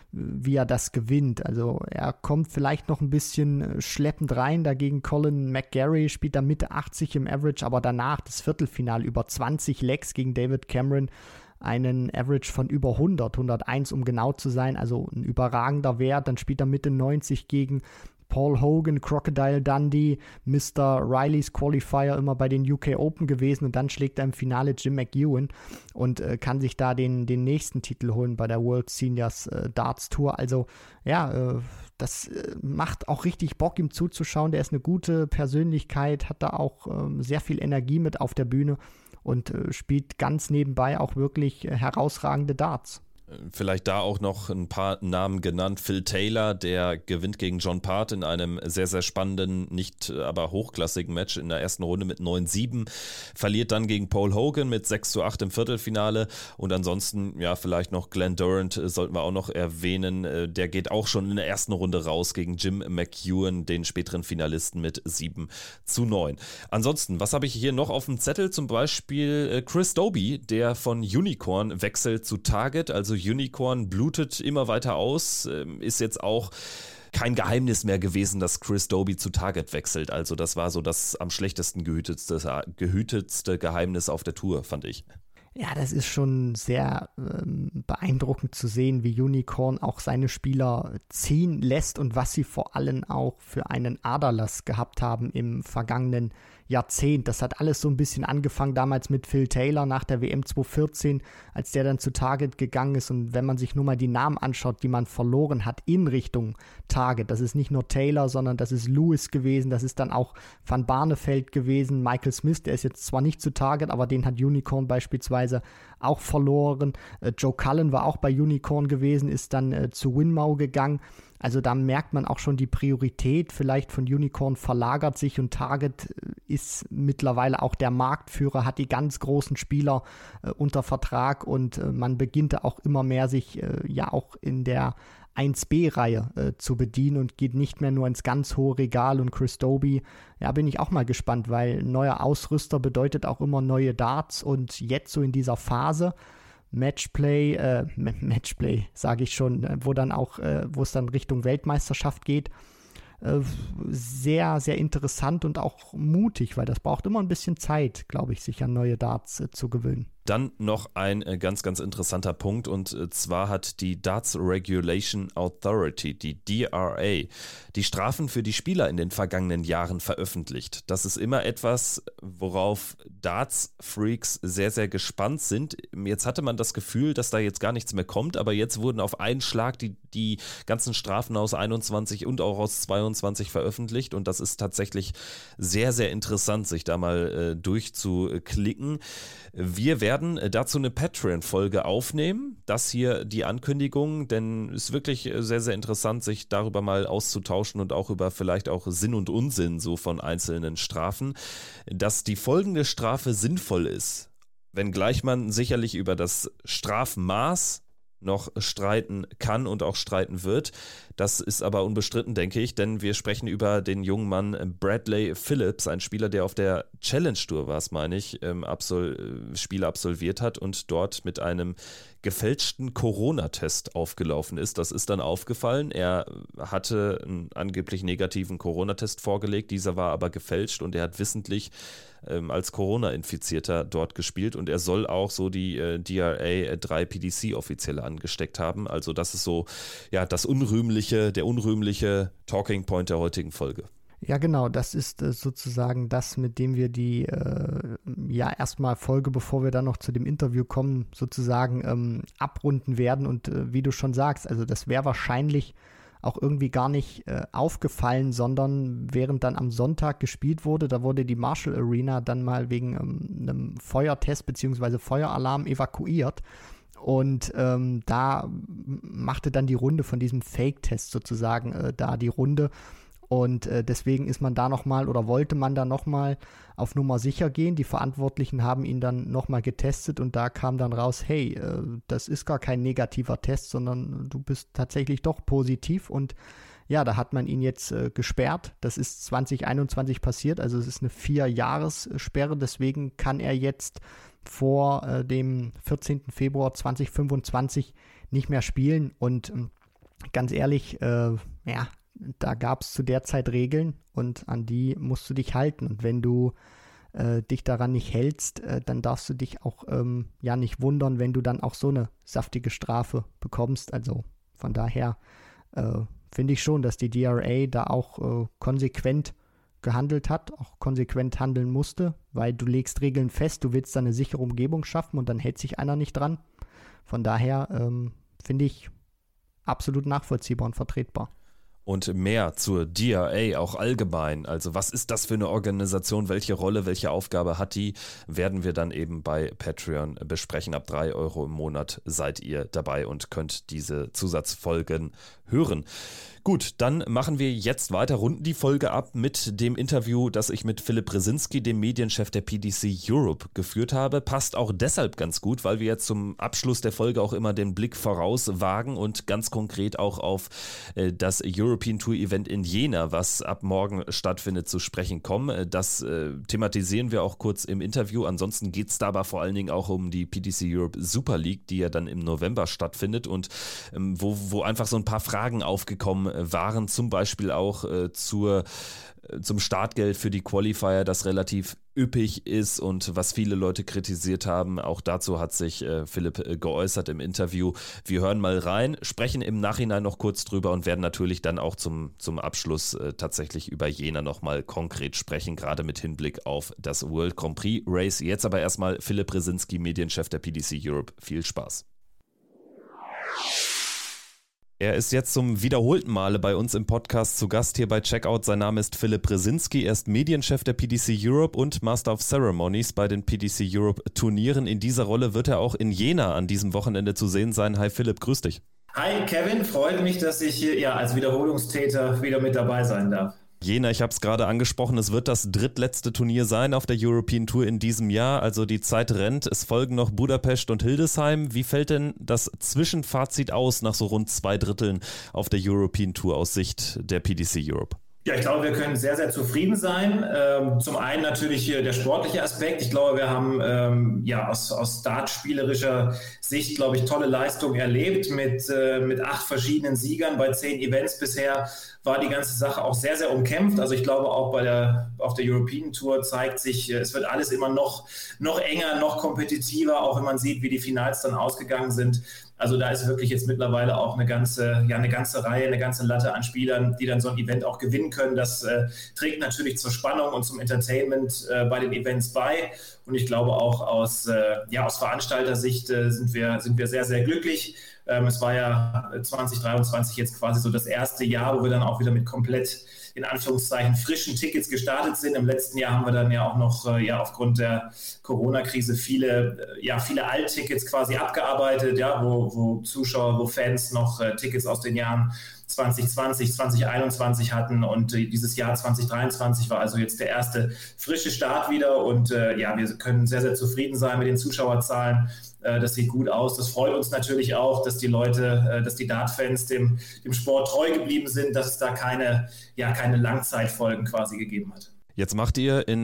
wie er das gewinnt. Also er kommt vielleicht noch ein bisschen schleppend rein, dagegen Colin McGarry spielt da Mitte 80 im Average, aber danach das Viertelfinale über 20 Legs gegen David Cameron, einen Average von über 101 um genau zu sein, also ein überragender Wert. Dann spielt er Mitte 90 gegen Paul Hogan, Crocodile Dundee, Mr. Rileys Qualifier immer bei den UK Open gewesen und dann schlägt er im Finale Jim McEwen und kann sich da den nächsten Titel holen bei der World Seniors Darts Tour. Also ja, das macht auch richtig Bock, ihm zuzuschauen. Der ist eine gute Persönlichkeit, hat da auch sehr viel Energie mit auf der Bühne und spielt ganz nebenbei auch wirklich herausragende Darts. Vielleicht da auch noch ein paar Namen genannt. Phil Taylor, der gewinnt gegen John Part in einem sehr, sehr spannenden, nicht aber hochklassigen Match in der ersten Runde mit 9-7. Verliert dann gegen Paul Hogan mit 6-8 im Viertelfinale. Und ansonsten, ja, vielleicht noch Glenn Durant sollten wir auch noch erwähnen. Der geht auch schon in der ersten Runde raus gegen Jim McEwen, den späteren Finalisten, mit 7-9. Ansonsten, was habe ich hier noch auf dem Zettel? Zum Beispiel Chris Dobie, der von Unicorn wechselt zu Target, also Unicorn blutet immer weiter aus, ist jetzt auch kein Geheimnis mehr gewesen, dass Chris Dobie zu Target wechselt. Also das war so das am schlechtesten gehütetste Geheimnis auf der Tour, fand ich. Ja, das ist schon sehr beeindruckend zu sehen, wie Unicorn auch seine Spieler ziehen lässt und was sie vor allem auch für einen Aderlass gehabt haben im vergangenen Jahrzehnt. Das hat alles so ein bisschen angefangen damals mit Phil Taylor nach der WM 2014, als der dann zu Target gegangen ist. Und wenn man sich nur mal die Namen anschaut, die man verloren hat in Richtung Target, das ist nicht nur Taylor, sondern das ist Lewis gewesen, das ist dann auch Van Barneveld gewesen, Michael Smith, der ist jetzt zwar nicht zu Target, aber den hat Unicorn beispielsweise auch verloren. Joe Cullen war auch bei Unicorn gewesen, ist dann zu Winmau gegangen. Also da merkt man auch schon, die Priorität vielleicht von Unicorn verlagert sich und Target ist mittlerweile auch der Marktführer, hat die ganz großen Spieler unter Vertrag und man beginnt auch immer mehr sich ja auch in der 1B-Reihe zu bedienen und geht nicht mehr nur ins ganz hohe Regal. Und Chris Dobie, ja, bin ich auch mal gespannt, weil neuer Ausrüster bedeutet auch immer neue Darts und jetzt so in dieser Phase Matchplay, sage ich schon, wo es dann Richtung Weltmeisterschaft geht, sehr, sehr interessant und auch mutig, weil das braucht immer ein bisschen Zeit, glaube ich, sich an neue Darts zu gewöhnen. Dann noch ein ganz, ganz interessanter Punkt, und zwar hat die Darts Regulation Authority, die DRA, die Strafen für die Spieler in den vergangenen Jahren veröffentlicht. Das ist immer etwas, worauf Darts-Freaks sehr, sehr gespannt sind. Jetzt hatte man das Gefühl, dass da jetzt gar nichts mehr kommt, aber jetzt wurden auf einen Schlag die ganzen Strafen aus 21 und auch aus 22 veröffentlicht, und das ist tatsächlich sehr, sehr interessant, sich da mal durchzuklicken. Wir werden dazu eine Patreon-Folge aufnehmen. Das hier die Ankündigung, denn es ist wirklich sehr, sehr interessant, sich darüber mal auszutauschen und auch über vielleicht auch Sinn und Unsinn so von einzelnen Strafen. Dass die folgende Strafe sinnvoll ist, wenngleich man sicherlich über das Strafmaß noch streiten kann und auch streiten wird. Das ist aber unbestritten, denke ich, denn wir sprechen über den jungen Mann Bradley Phillips, ein Spieler, der auf der Challenge Tour, war es, meine ich, Spiele absolviert hat und dort mit einem gefälschten Corona-Test aufgelaufen ist. Das ist dann aufgefallen. Er hatte einen angeblich negativen Corona-Test vorgelegt, dieser war aber gefälscht und er hat wissentlich als Corona-Infizierter dort gespielt, und er soll auch so die DRA 3 PDC-Offizielle angesteckt haben. Also das ist so, ja, der unrühmliche Talking Point der heutigen Folge. Ja, genau, das ist sozusagen das, mit dem wir die erstmal Folge, bevor wir dann noch zu dem Interview kommen, sozusagen abrunden werden. Und wie du schon sagst, also das wäre wahrscheinlich auch irgendwie gar nicht aufgefallen, sondern während dann am Sonntag gespielt wurde, da wurde die Marshall Arena dann mal wegen einem Feuertest bzw. Feueralarm evakuiert. Und da machte dann die Runde von diesem Fake-Test sozusagen da die Runde. Und deswegen ist man da nochmal oder wollte man da nochmal auf Nummer sicher gehen. Die Verantwortlichen haben ihn dann nochmal getestet und da kam dann raus, hey, das ist gar kein negativer Test, sondern du bist tatsächlich doch positiv. Und ja, da hat man ihn jetzt gesperrt. Das ist 2021 passiert, also es ist eine 4-Jahres-Sperre. Deswegen kann er jetzt vor dem 14. Februar 2025 nicht mehr spielen. Und ganz ehrlich, da gab es zu der Zeit Regeln und an die musst du dich halten. Und wenn du dich daran nicht hältst, dann darfst du dich auch nicht wundern, wenn du dann auch so eine saftige Strafe bekommst. Also von daher finde ich schon, dass die DRA da auch konsequent gehandelt hat, auch konsequent handeln musste, weil du legst Regeln fest, du willst da eine sichere Umgebung schaffen und dann hält sich einer nicht dran. Von daher finde ich absolut nachvollziehbar und vertretbar. Und mehr zur DRA auch allgemein, also was ist das für eine Organisation, welche Rolle, welche Aufgabe hat die, werden wir dann eben bei Patreon besprechen. Ab 3 Euro im Monat seid ihr dabei und könnt diese Zusatzfolgen hören. Gut, dann machen wir jetzt weiter, runden die Folge ab mit dem Interview, das ich mit Philipp Brzezinski, dem Medienchef der PDC Europe, geführt habe. Passt auch deshalb ganz gut, weil wir jetzt zum Abschluss der Folge auch immer den Blick voraus wagen und ganz konkret auch auf das European Tour Event in Jena, was ab morgen stattfindet, zu sprechen kommen. Das thematisieren wir auch kurz im Interview. Ansonsten geht es da aber vor allen Dingen auch um die PDC Europe Super League, die ja dann im November stattfindet und wo einfach so ein paar Fragen aufgekommen waren, zum Beispiel auch zum Startgeld für die Qualifier, das relativ üppig ist und was viele Leute kritisiert haben. Auch dazu hat sich Philipp geäußert im Interview. Wir hören mal rein, sprechen im Nachhinein noch kurz drüber und werden natürlich dann auch zum Abschluss tatsächlich über Jena nochmal konkret sprechen, gerade mit Hinblick auf das World Grand Prix Race. Jetzt aber erstmal Philipp Brzezinski, Medienchef der PDC Europe. Viel Spaß. Er ist jetzt zum wiederholten Male bei uns im Podcast zu Gast hier bei Checkout. Sein Name ist Philipp Brzezinski. Er ist Medienchef der PDC Europe und Master of Ceremonies bei den PDC Europe Turnieren. In dieser Rolle wird er auch in Jena an diesem Wochenende zu sehen sein. Hi Philipp, grüß dich. Hi Kevin, freut mich, dass ich hier als Wiederholungstäter wieder mit dabei sein darf. Jena, ich habe es gerade angesprochen, es wird das drittletzte Turnier sein auf der European Tour in diesem Jahr, also die Zeit rennt, es folgen noch Budapest und Hildesheim. Wie fällt denn das Zwischenfazit aus nach so rund 2 Dritteln auf der European Tour aus Sicht der PDC Europe? Ja, ich glaube, wir können sehr, sehr zufrieden sein. Zum einen natürlich der sportliche Aspekt. Ich glaube, wir haben aus dartspielerischer Sicht, glaube ich, tolle Leistungen erlebt mit 8 verschiedenen Siegern bei 10 Events bisher. War die ganze Sache auch sehr, sehr umkämpft. Also ich glaube auch auf der European Tour zeigt sich, es wird alles immer noch enger, noch kompetitiver, auch wenn man sieht, wie die Finals dann ausgegangen sind. Also da ist wirklich jetzt mittlerweile auch eine ganze Reihe, eine ganze Latte an Spielern, die dann so ein Event auch gewinnen können. Das trägt natürlich zur Spannung und zum Entertainment bei den Events bei. Und ich glaube auch aus Veranstaltersicht sind wir sehr, sehr glücklich. Es war ja 2023 jetzt quasi so das erste Jahr, wo wir dann auch wieder mit komplett in Anführungszeichen frischen Tickets gestartet sind. Im letzten Jahr haben wir dann ja auch noch aufgrund der Corona-Krise viele Alttickets quasi abgearbeitet, wo Zuschauer, wo Fans noch Tickets aus den Jahren 2020, 2021 hatten und dieses Jahr 2023 war also jetzt der erste frische Start wieder und wir können sehr, sehr zufrieden sein mit den Zuschauerzahlen. Das sieht gut aus. Das freut uns natürlich auch, dass die Leute, dass die Dart-Fans dem Sport treu geblieben sind, dass es da keine Langzeitfolgen quasi gegeben hat. Jetzt macht ihr in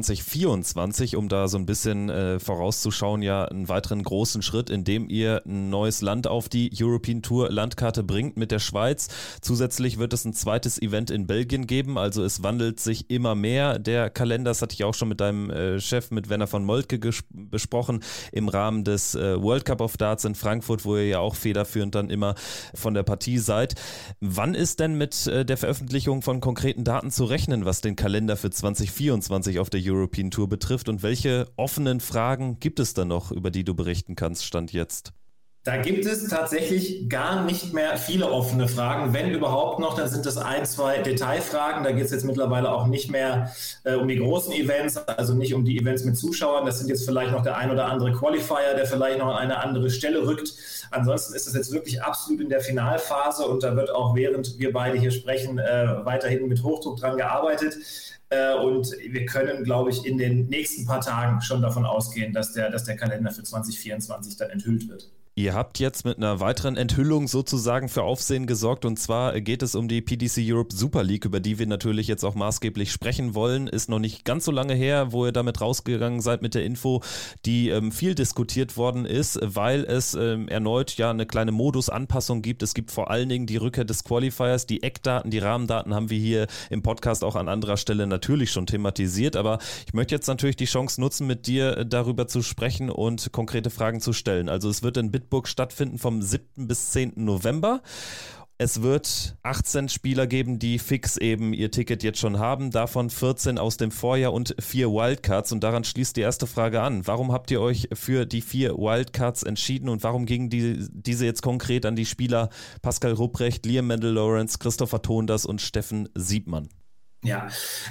2024, um da so ein bisschen vorauszuschauen, ja einen weiteren großen Schritt, indem ihr ein neues Land auf die European Tour Landkarte bringt mit der Schweiz. Zusätzlich wird es ein zweites Event in Belgien geben, also es wandelt sich immer mehr. Der Kalender, das hatte ich auch schon mit deinem Chef, mit Werner von Moltke besprochen, im Rahmen des World Cup of Darts in Frankfurt, wo ihr ja auch federführend dann immer von der Partie seid. Wann ist denn mit der Veröffentlichung von konkreten Daten zu rechnen, was den Kalender für 2024 auf der European Tour betrifft und welche offenen Fragen gibt es da noch, über die du berichten kannst, Stand jetzt? Da gibt es tatsächlich gar nicht mehr viele offene Fragen. Wenn überhaupt noch, dann sind das 1, 2 Detailfragen. Da geht es jetzt mittlerweile auch nicht mehr um die großen Events, also nicht um die Events mit Zuschauern. Das sind jetzt vielleicht noch der ein oder andere Qualifier, der vielleicht noch an eine andere Stelle rückt. Ansonsten ist es jetzt wirklich absolut in der Finalphase und da wird auch, während wir beide hier sprechen, weiterhin mit Hochdruck dran gearbeitet. Und wir können, glaube ich, in den nächsten paar Tagen schon davon ausgehen, dass der Kalender für 2024 dann enthüllt wird. Ihr habt jetzt mit einer weiteren Enthüllung sozusagen für Aufsehen gesorgt, und zwar geht es um die PDC Europe Super League, über die wir natürlich jetzt auch maßgeblich sprechen wollen. Ist noch nicht ganz so lange her, wo ihr damit rausgegangen seid mit der Info, die viel diskutiert worden ist, weil es erneut ja eine kleine Modusanpassung gibt. Es gibt vor allen Dingen die Rückkehr des Qualifiers, die Eckdaten, die Rahmendaten haben wir hier im Podcast auch an anderer Stelle natürlich schon thematisiert, aber ich möchte jetzt natürlich die Chance nutzen, mit dir darüber zu sprechen und konkrete Fragen zu stellen. Also es wird in Bitburg stattfinden vom 7. bis 10. November. Es wird 18 Spieler geben, die fix eben ihr Ticket jetzt schon haben, davon 14 aus dem Vorjahr und 4 Wildcards, und daran schließt die erste Frage an. Warum habt ihr euch für die 4 Wildcards entschieden und warum gingen diese jetzt konkret an die Spieler Pascal Rupprecht, Liam Mendel-Lawrence, Christopher Tondas und Steffen Siebmann? Ja,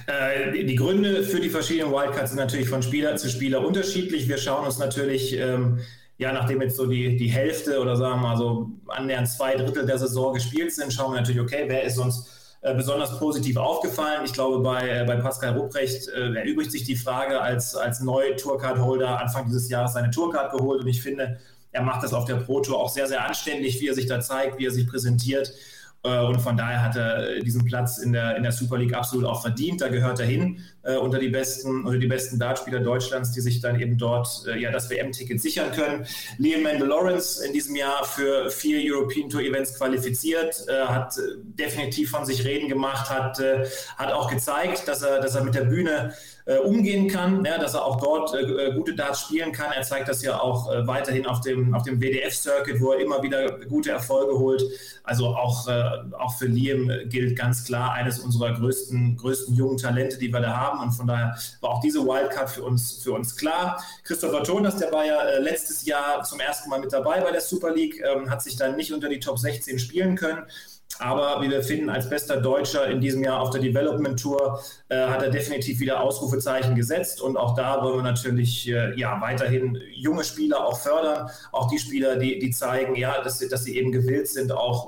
die Gründe für die verschiedenen Wildcards sind natürlich von Spieler zu Spieler unterschiedlich. Wir schauen uns natürlich nachdem jetzt so die Hälfte oder sagen wir mal so annähernd 2/3 der Saison gespielt sind, schauen wir natürlich, okay, wer ist uns besonders positiv aufgefallen. Ich glaube, bei Pascal Rupprecht erübrigt sich die Frage, als Neu-Tourcard-Holder Anfang dieses Jahres seine Tourcard geholt, und ich finde, er macht das auf der Pro Tour auch sehr, sehr anständig, wie er sich da zeigt, wie er sich präsentiert. Und von daher hat er diesen Platz in der Super League absolut auch verdient. Da gehört er hin unter die besten Dartspieler Deutschlands, die sich dann eben dort das WM-Ticket sichern können. Liam Mendel-Lawrence in diesem Jahr für 4 European Tour Events qualifiziert, hat definitiv von sich reden gemacht, hat auch gezeigt, dass er mit der Bühne umgehen kann, dass er auch dort gute Darts spielen kann. Er zeigt das ja auch weiterhin auf dem WDF-Circuit, wo er immer wieder gute Erfolge holt. Also auch für Liam gilt ganz klar, eines unserer größten jungen Talente, die wir da haben. Und von daher war auch diese Wildcard für uns klar. Christopher Tondas, der war ja letztes Jahr zum ersten Mal mit dabei bei der Super League, hat sich dann nicht unter die Top 16 spielen können. Aber wie wir finden, als bester Deutscher in diesem Jahr auf der Development Tour hat er definitiv wieder Ausrufezeichen gesetzt. Und auch da wollen wir natürlich weiterhin junge Spieler auch fördern. Auch die Spieler, die zeigen, dass sie eben gewillt sind, auch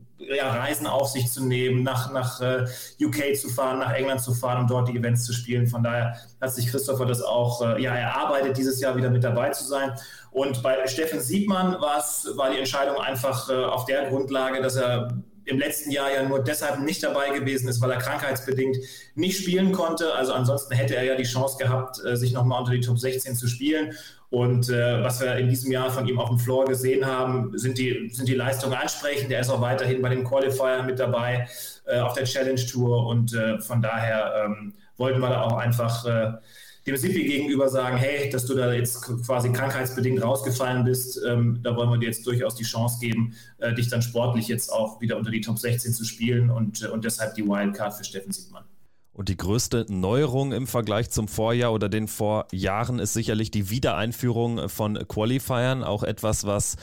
Reisen auf sich zu nehmen, nach UK zu fahren, nach England zu fahren, um dort die Events zu spielen. Von daher hat sich Christopher das auch erarbeitet, dieses Jahr wieder mit dabei zu sein. Und bei Steffen Siebmann war die Entscheidung einfach auf der Grundlage, dass er im letzten Jahr ja nur deshalb nicht dabei gewesen ist, weil er krankheitsbedingt nicht spielen konnte. Also ansonsten hätte er ja die Chance gehabt, sich nochmal unter die Top 16 zu spielen. Und was wir in diesem Jahr von ihm auf dem Floor gesehen haben, sind die Leistungen ansprechend. Er ist auch weiterhin bei den Qualifiern mit dabei auf der Challenge Tour. Und von daher wollten wir da auch einfach dem Sippi gegenüber sagen, hey, dass du da jetzt quasi krankheitsbedingt rausgefallen bist, da wollen wir dir jetzt durchaus die Chance geben, dich dann sportlich jetzt auch wieder unter die Top 16 zu spielen, und deshalb die Wildcard für Steffen Siebmann. Und die größte Neuerung im Vergleich zum Vorjahr oder den Vorjahren ist sicherlich die Wiedereinführung von Qualifiern, auch etwas, was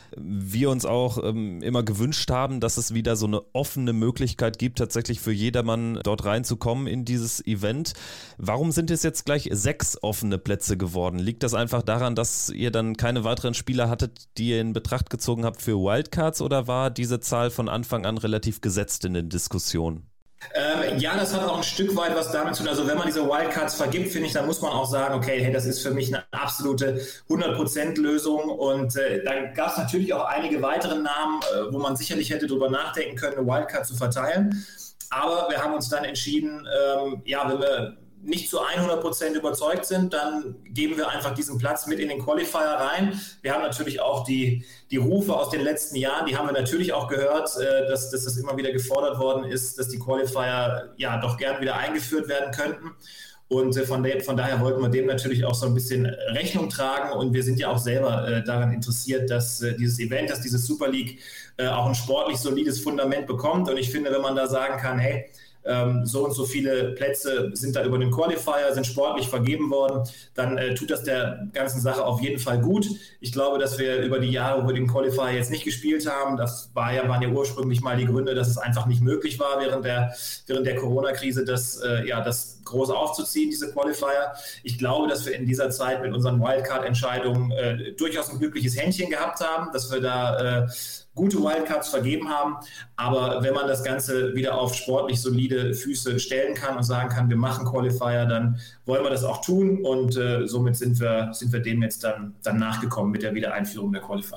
wir uns auch immer gewünscht haben, dass es wieder so eine offene Möglichkeit gibt, tatsächlich für jedermann dort reinzukommen in dieses Event. Warum sind es jetzt gleich 6 offene Plätze geworden? Liegt das einfach daran, dass ihr dann keine weiteren Spieler hattet, die ihr in Betracht gezogen habt für Wildcards, oder war diese Zahl von Anfang an relativ gesetzt in den Diskussionen? Das hat auch ein Stück weit was damit zu tun. Also wenn man diese Wildcards vergibt, finde ich, dann muss man auch sagen, okay, hey, das ist für mich eine absolute 100% Lösung. Und dann gab es natürlich auch einige weitere Namen, wo man sicherlich hätte drüber nachdenken können, eine Wildcard zu verteilen. Aber wir haben uns dann entschieden, wenn wir nicht zu 100% überzeugt sind, dann geben wir einfach diesen Platz mit in den Qualifier rein. Wir haben natürlich auch die Rufe aus den letzten Jahren, die haben wir natürlich auch gehört, dass das immer wieder gefordert worden ist, dass die Qualifier doch gern wieder eingeführt werden könnten. Und von daher wollten wir dem natürlich auch so ein bisschen Rechnung tragen. Und wir sind ja auch selber daran interessiert, dass dieses Event, dass diese Super League auch ein sportlich solides Fundament bekommt. Und ich finde, wenn man da sagen kann, hey, so und so viele Plätze sind da über den Qualifier, sind sportlich vergeben worden, dann tut das der ganzen Sache auf jeden Fall gut. Ich glaube, dass wir über die Jahre, wo wir den Qualifier jetzt nicht gespielt haben, waren ja ursprünglich mal die Gründe, dass es einfach nicht möglich war, während der Corona-Krise das groß aufzuziehen, diese Qualifier. Ich glaube, dass wir in dieser Zeit mit unseren Wildcard-Entscheidungen durchaus ein glückliches Händchen gehabt haben, dass wir da gute Wildcards vergeben haben, aber wenn man das Ganze wieder auf sportlich solide Füße stellen kann und sagen kann, wir machen Qualifier, dann wollen wir das auch tun, und somit sind wir dem jetzt dann nachgekommen mit der Wiedereinführung der Qualifier.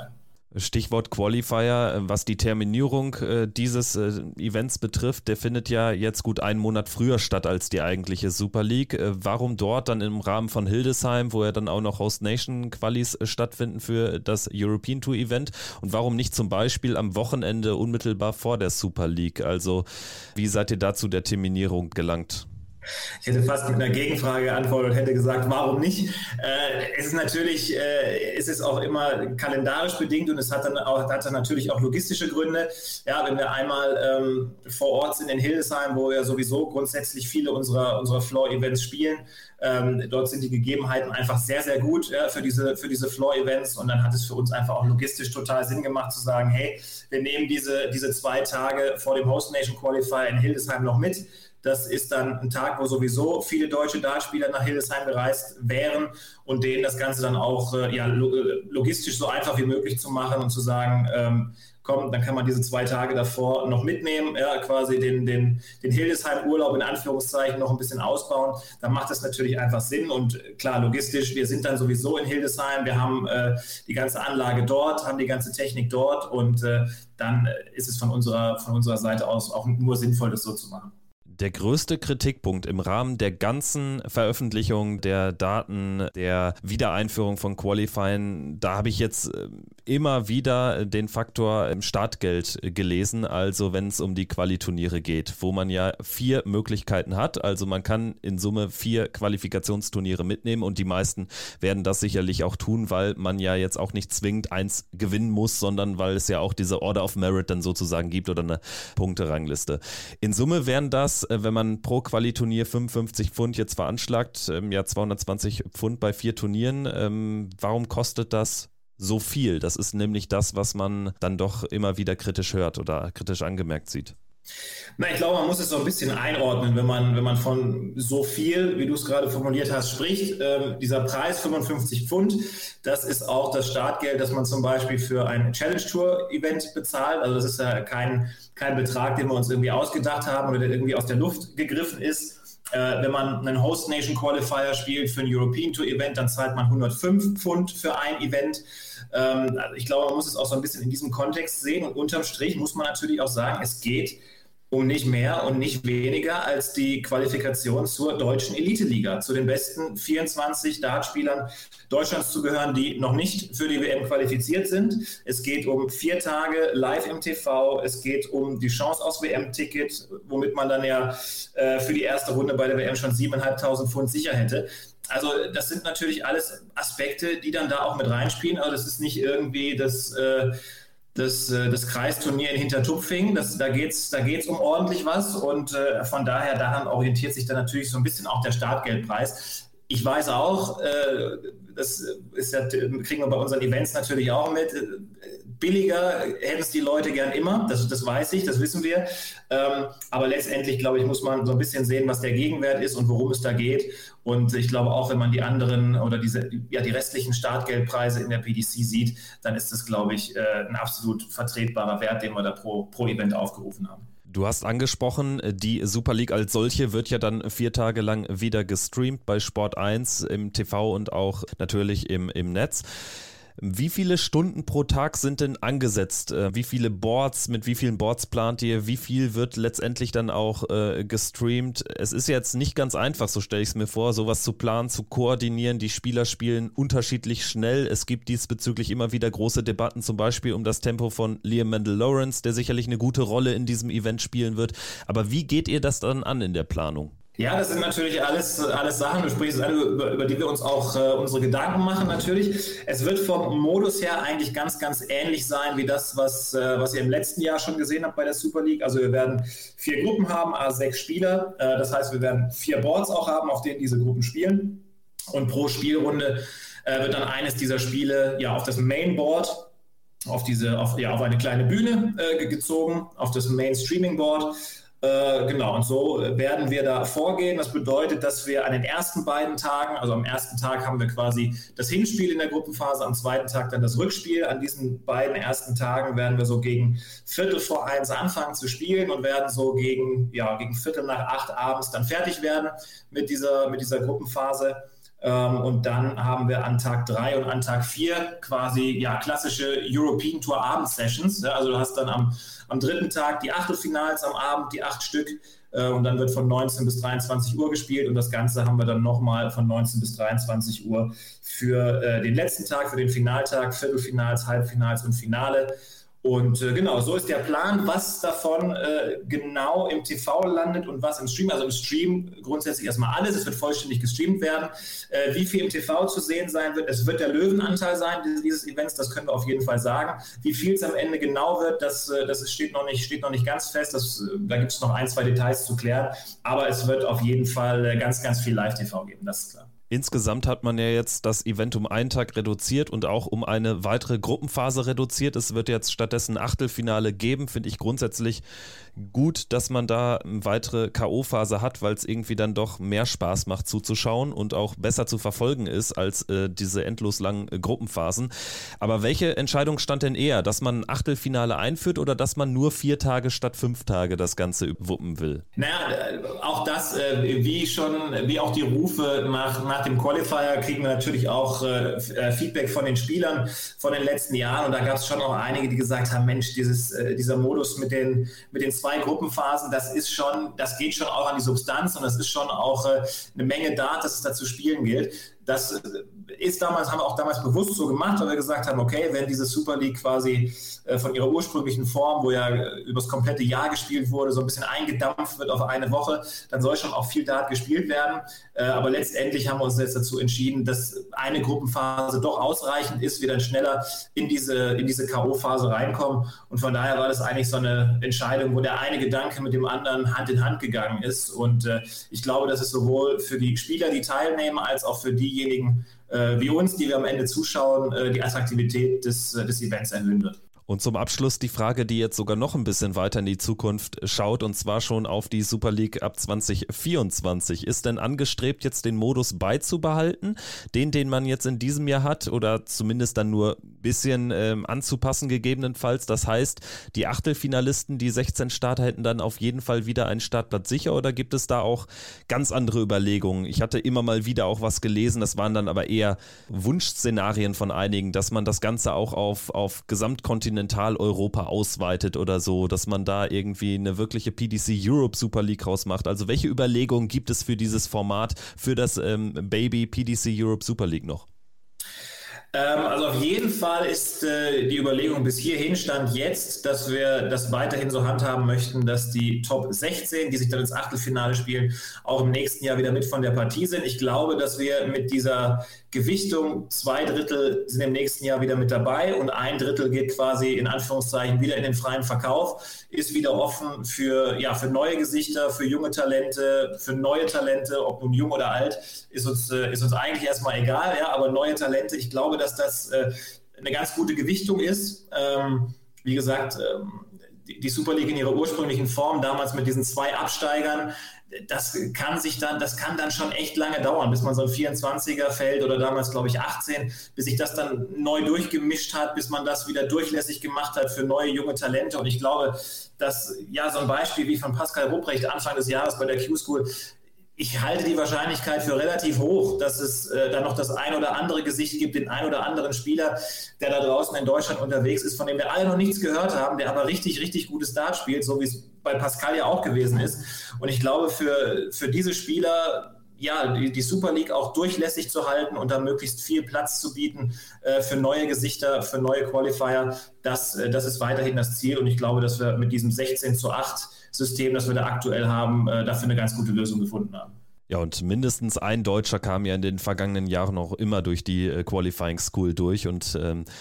Stichwort Qualifier, was die Terminierung dieses Events betrifft, der findet ja jetzt gut einen Monat früher statt als die eigentliche Super League. Warum dort dann im Rahmen von Hildesheim, wo ja dann auch noch Host Nation Qualis stattfinden für das European Tour Event, und warum nicht zum Beispiel am Wochenende unmittelbar vor der Super League? Also wie seid ihr da zu der Terminierung gelangt? Ich hätte fast mit einer Gegenfrage geantwortet und hätte gesagt, warum nicht? Es ist natürlich, es ist auch immer kalendarisch bedingt und es hat dann natürlich auch logistische Gründe. Ja, wenn wir einmal vor Ort sind in Hildesheim, wo ja sowieso grundsätzlich viele unserer Floor-Events spielen, dort sind die Gegebenheiten einfach sehr, sehr gut für diese Floor-Events, und dann hat es für uns einfach auch logistisch total Sinn gemacht zu sagen, hey, wir nehmen diese 2 Tage vor dem Host Nation Qualifier in Hildesheim noch mit. Das ist dann ein Tag, wo sowieso viele deutsche Dartspieler nach Hildesheim gereist wären, und denen das Ganze dann auch logistisch so einfach wie möglich zu machen und zu sagen, komm, dann kann man diese 2 Tage davor noch mitnehmen, quasi den Hildesheim-Urlaub in Anführungszeichen noch ein bisschen ausbauen. Dann macht das natürlich einfach Sinn, und klar, logistisch, wir sind dann sowieso in Hildesheim, wir haben die ganze Anlage dort, haben die ganze Technik dort, und dann ist es von unserer Seite aus auch nur sinnvoll, das so zu machen. Der größte Kritikpunkt im Rahmen der ganzen Veröffentlichung der Daten, der Wiedereinführung von Qualifying, da habe ich jetzt immer wieder den Faktor Startgeld gelesen, also wenn es um die Quali-Turniere geht, wo man ja 4 Möglichkeiten hat, also man kann in Summe 4 Qualifikationsturniere mitnehmen, und die meisten werden das sicherlich auch tun, weil man ja jetzt auch nicht zwingend eins gewinnen muss, sondern weil es ja auch diese Order of Merit dann sozusagen gibt oder eine Punkterangliste. In Summe wären das, wenn man pro Quali-Turnier 55 Pfund jetzt veranschlagt, 220 Pfund bei 4 Turnieren. Warum kostet das so viel? Das ist nämlich das, was man dann doch immer wieder kritisch hört oder kritisch angemerkt sieht. Na, ich glaube, man muss es so ein bisschen einordnen, wenn man von so viel, wie du es gerade formuliert hast, spricht. Dieser Preis 55 Pfund, das ist auch das Startgeld, das man zum Beispiel für ein Challenge Tour Event bezahlt. Also das ist ja kein Betrag, den wir uns irgendwie ausgedacht haben oder der irgendwie aus der Luft gegriffen ist. Wenn man einen Host Nation Qualifier spielt für ein European Tour Event, dann zahlt man 105 Pfund für ein Event. Ich glaube, man muss es auch so ein bisschen in diesem Kontext sehen, und unterm Strich muss man natürlich auch sagen, es geht um nicht mehr und nicht weniger als die Qualifikation zur deutschen Elite-Liga, zu den besten 24 Dartspielern Deutschlands zu gehören, die noch nicht für die WM qualifiziert sind. Es geht um 4 Tage live im TV, es geht um die Chance aufs WM-Ticket, womit man dann ja für die erste Runde bei der WM schon 7.500 Pfund sicher hätte. Also das sind natürlich alles Aspekte, die dann da auch mit reinspielen, aber das ist nicht irgendwie das Kreisturnier in Hintertupfing, da geht's um ordentlich was, und von daher daran orientiert sich dann natürlich so ein bisschen auch der Startgeldpreis. Ich weiß auch, das ist ja, kriegen wir bei unseren Events natürlich auch mit, billiger hätten es die Leute gern immer, das weiß ich, das wissen wir, aber letztendlich, glaube ich, muss man so ein bisschen sehen, was der Gegenwert ist und worum es da geht, und ich glaube auch, wenn man die anderen oder die restlichen Startgeldpreise in der PDC sieht, dann ist das, glaube ich, ein absolut vertretbarer Wert, den wir da pro Event aufgerufen haben. Du hast angesprochen, die Super League als solche wird ja dann 4 Tage lang wieder gestreamt bei Sport 1 im TV und auch natürlich im Netz. Wie viele Stunden pro Tag sind denn angesetzt? Wie viele Boards, mit wie vielen Boards plant ihr? Wie viel wird letztendlich dann auch gestreamt? Es ist jetzt nicht ganz einfach, so stelle ich es mir vor, sowas zu planen, zu koordinieren. Die Spieler spielen unterschiedlich schnell. Es gibt diesbezüglich immer wieder große Debatten, zum Beispiel um das Tempo von Liam Mendel-Lawrence, der sicherlich eine gute Rolle in diesem Event spielen wird. Aber wie geht ihr das dann an in der Planung? Ja, das sind natürlich alles Sachen, du sprichst an, über die wir uns auch unsere Gedanken machen natürlich. Es wird vom Modus her eigentlich ganz, ganz ähnlich sein wie das, was ihr im letzten Jahr schon gesehen habt bei der Super League. Also wir werden 4 Gruppen haben, 6 Spieler. Das heißt, wir werden 4 Boards auch haben, auf denen diese Gruppen spielen. Und pro Spielrunde wird dann eines dieser Spiele auf das Mainboard, auf eine kleine Bühne gezogen, auf das Main Streaming Board. Genau, und so werden wir da vorgehen. Das bedeutet, dass wir an den ersten beiden Tagen, also am ersten Tag haben wir quasi das Hinspiel in der Gruppenphase, am zweiten Tag dann das Rückspiel. An diesen beiden ersten Tagen werden wir so gegen 1:45 anfangen zu spielen und werden so gegen 7:45 abends dann fertig werden mit dieser Gruppenphase. Und dann haben wir an Tag 3 und an Tag 4 quasi klassische European Tour Abend-Sessions. Ja, also du hast dann am dritten Tag die Achtelfinals am Abend, die 8 Stück. Und dann wird von 19 bis 23 Uhr gespielt. Und das Ganze haben wir dann nochmal von 19 bis 23 Uhr für den letzten Tag, für den Finaltag, Viertelfinals, Halbfinals und Finale. Und genau, so ist der Plan, was davon genau im TV landet und was im Stream. Also im Stream grundsätzlich erstmal alles, es wird vollständig gestreamt werden. Wie viel im TV zu sehen sein wird, es wird der Löwenanteil sein dieses Events, das können wir auf jeden Fall sagen. Wie viel es am Ende genau wird, das steht noch nicht ganz fest, da gibt es noch 1, 2 Details zu klären, aber es wird auf jeden Fall ganz, ganz viel Live-TV geben, das ist klar. Insgesamt hat man ja jetzt das Event um einen Tag reduziert und auch um eine weitere Gruppenphase reduziert. Es wird jetzt stattdessen ein Achtelfinale geben, finde ich grundsätzlich gut, dass man da eine weitere K.O.-Phase hat, weil es irgendwie dann doch mehr Spaß macht zuzuschauen und auch besser zu verfolgen ist als diese endlos langen Gruppenphasen. Aber welche Entscheidung stand denn eher, dass man ein Achtelfinale einführt oder dass man nur 4 Tage statt 5 Tage das Ganze wuppen will? Naja, auch das, wie auch die Rufe nach dem Qualifier, kriegen wir natürlich auch Feedback von den Spielern von den letzten Jahren und da gab es schon auch einige, die gesagt haben, Mensch, dieser Modus mit den 2 Gruppenphasen, das geht schon auch an die Substanz und das ist schon auch eine Menge Dart, dass es da zu spielen gilt. Das haben wir auch damals bewusst so gemacht, weil wir gesagt haben, okay, wenn diese Super League quasi von ihrer ursprünglichen Form, wo ja übers komplette Jahr gespielt wurde, so ein bisschen eingedampft wird auf eine Woche, dann soll schon auch viel Dart gespielt werden. Aber letztendlich haben wir uns jetzt dazu entschieden, dass eine Gruppenphase doch ausreichend ist, wir dann schneller in diese K.O.-Phase reinkommen. Und von daher war das eigentlich so eine Entscheidung, wo der eine Gedanke mit dem anderen Hand in Hand gegangen ist. Und ich glaube, dass es sowohl für die Spieler, die teilnehmen, als auch für diejenigen wie uns, die wir am Ende zuschauen, die Attraktivität des Events erhöhen wird. Und zum Abschluss die Frage, die jetzt sogar noch ein bisschen weiter in die Zukunft schaut, und zwar schon auf die Super League ab 2024. Ist denn angestrebt, jetzt den Modus beizubehalten, den man jetzt in diesem Jahr hat, oder zumindest dann nur ein bisschen anzupassen gegebenenfalls? Das heißt, die Achtelfinalisten, die 16 Starter, hätten dann auf jeden Fall wieder einen Startplatz sicher, oder gibt es da auch ganz andere Überlegungen? Ich hatte immer mal wieder auch was gelesen, das waren dann aber eher Wunschszenarien von einigen, dass man das Ganze auch auf Gesamtkontinent Europa ausweitet oder so, dass man da irgendwie eine wirkliche PDC Europe Super League rausmacht. Also welche Überlegungen gibt es für dieses Format, für das Baby PDC Europe Super League noch? Also auf jeden Fall ist die Überlegung bis hierhin stand jetzt, dass wir das weiterhin so handhaben möchten, dass die Top 16, die sich dann ins Achtelfinale spielen, auch im nächsten Jahr wieder mit von der Partie sind. Ich glaube, dass wir mit dieser Gewichtung 2/3 sind im nächsten Jahr wieder mit dabei und 1/3 geht quasi in Anführungszeichen wieder in den freien Verkauf, ist wieder offen für neue Gesichter, für junge Talente, für neue Talente, ob nun jung oder alt, ist uns eigentlich erstmal egal, ja, aber neue Talente, ich glaube, dass das eine ganz gute Gewichtung ist. Wie gesagt, die Super League in ihrer ursprünglichen Form, damals mit diesen 2 Absteigern, das kann dann schon echt lange dauern, bis man so ein 24er fällt oder damals, glaube ich, 18, bis sich das dann neu durchgemischt hat, bis man das wieder durchlässig gemacht hat für neue junge Talente. Und ich glaube, dass so ein Beispiel wie von Pascal Rupprecht Anfang des Jahres bei der Q-School, ich halte die Wahrscheinlichkeit für relativ hoch, dass es da noch das ein oder andere Gesicht gibt, den ein oder anderen Spieler, der da draußen in Deutschland unterwegs ist, von dem wir alle noch nichts gehört haben, der aber richtig, richtig gutes Dart spielt, so wie es bei Pascal ja auch gewesen ist. Und ich glaube, für diese Spieler, die Super League auch durchlässig zu halten und da möglichst viel Platz zu bieten für neue Gesichter, für neue Qualifier, das ist weiterhin das Ziel. Und ich glaube, dass wir mit diesem 16:8 System, das wir da aktuell haben, dafür eine ganz gute Lösung gefunden haben. Ja, und mindestens ein Deutscher kam ja in den vergangenen Jahren auch immer durch die Qualifying School durch und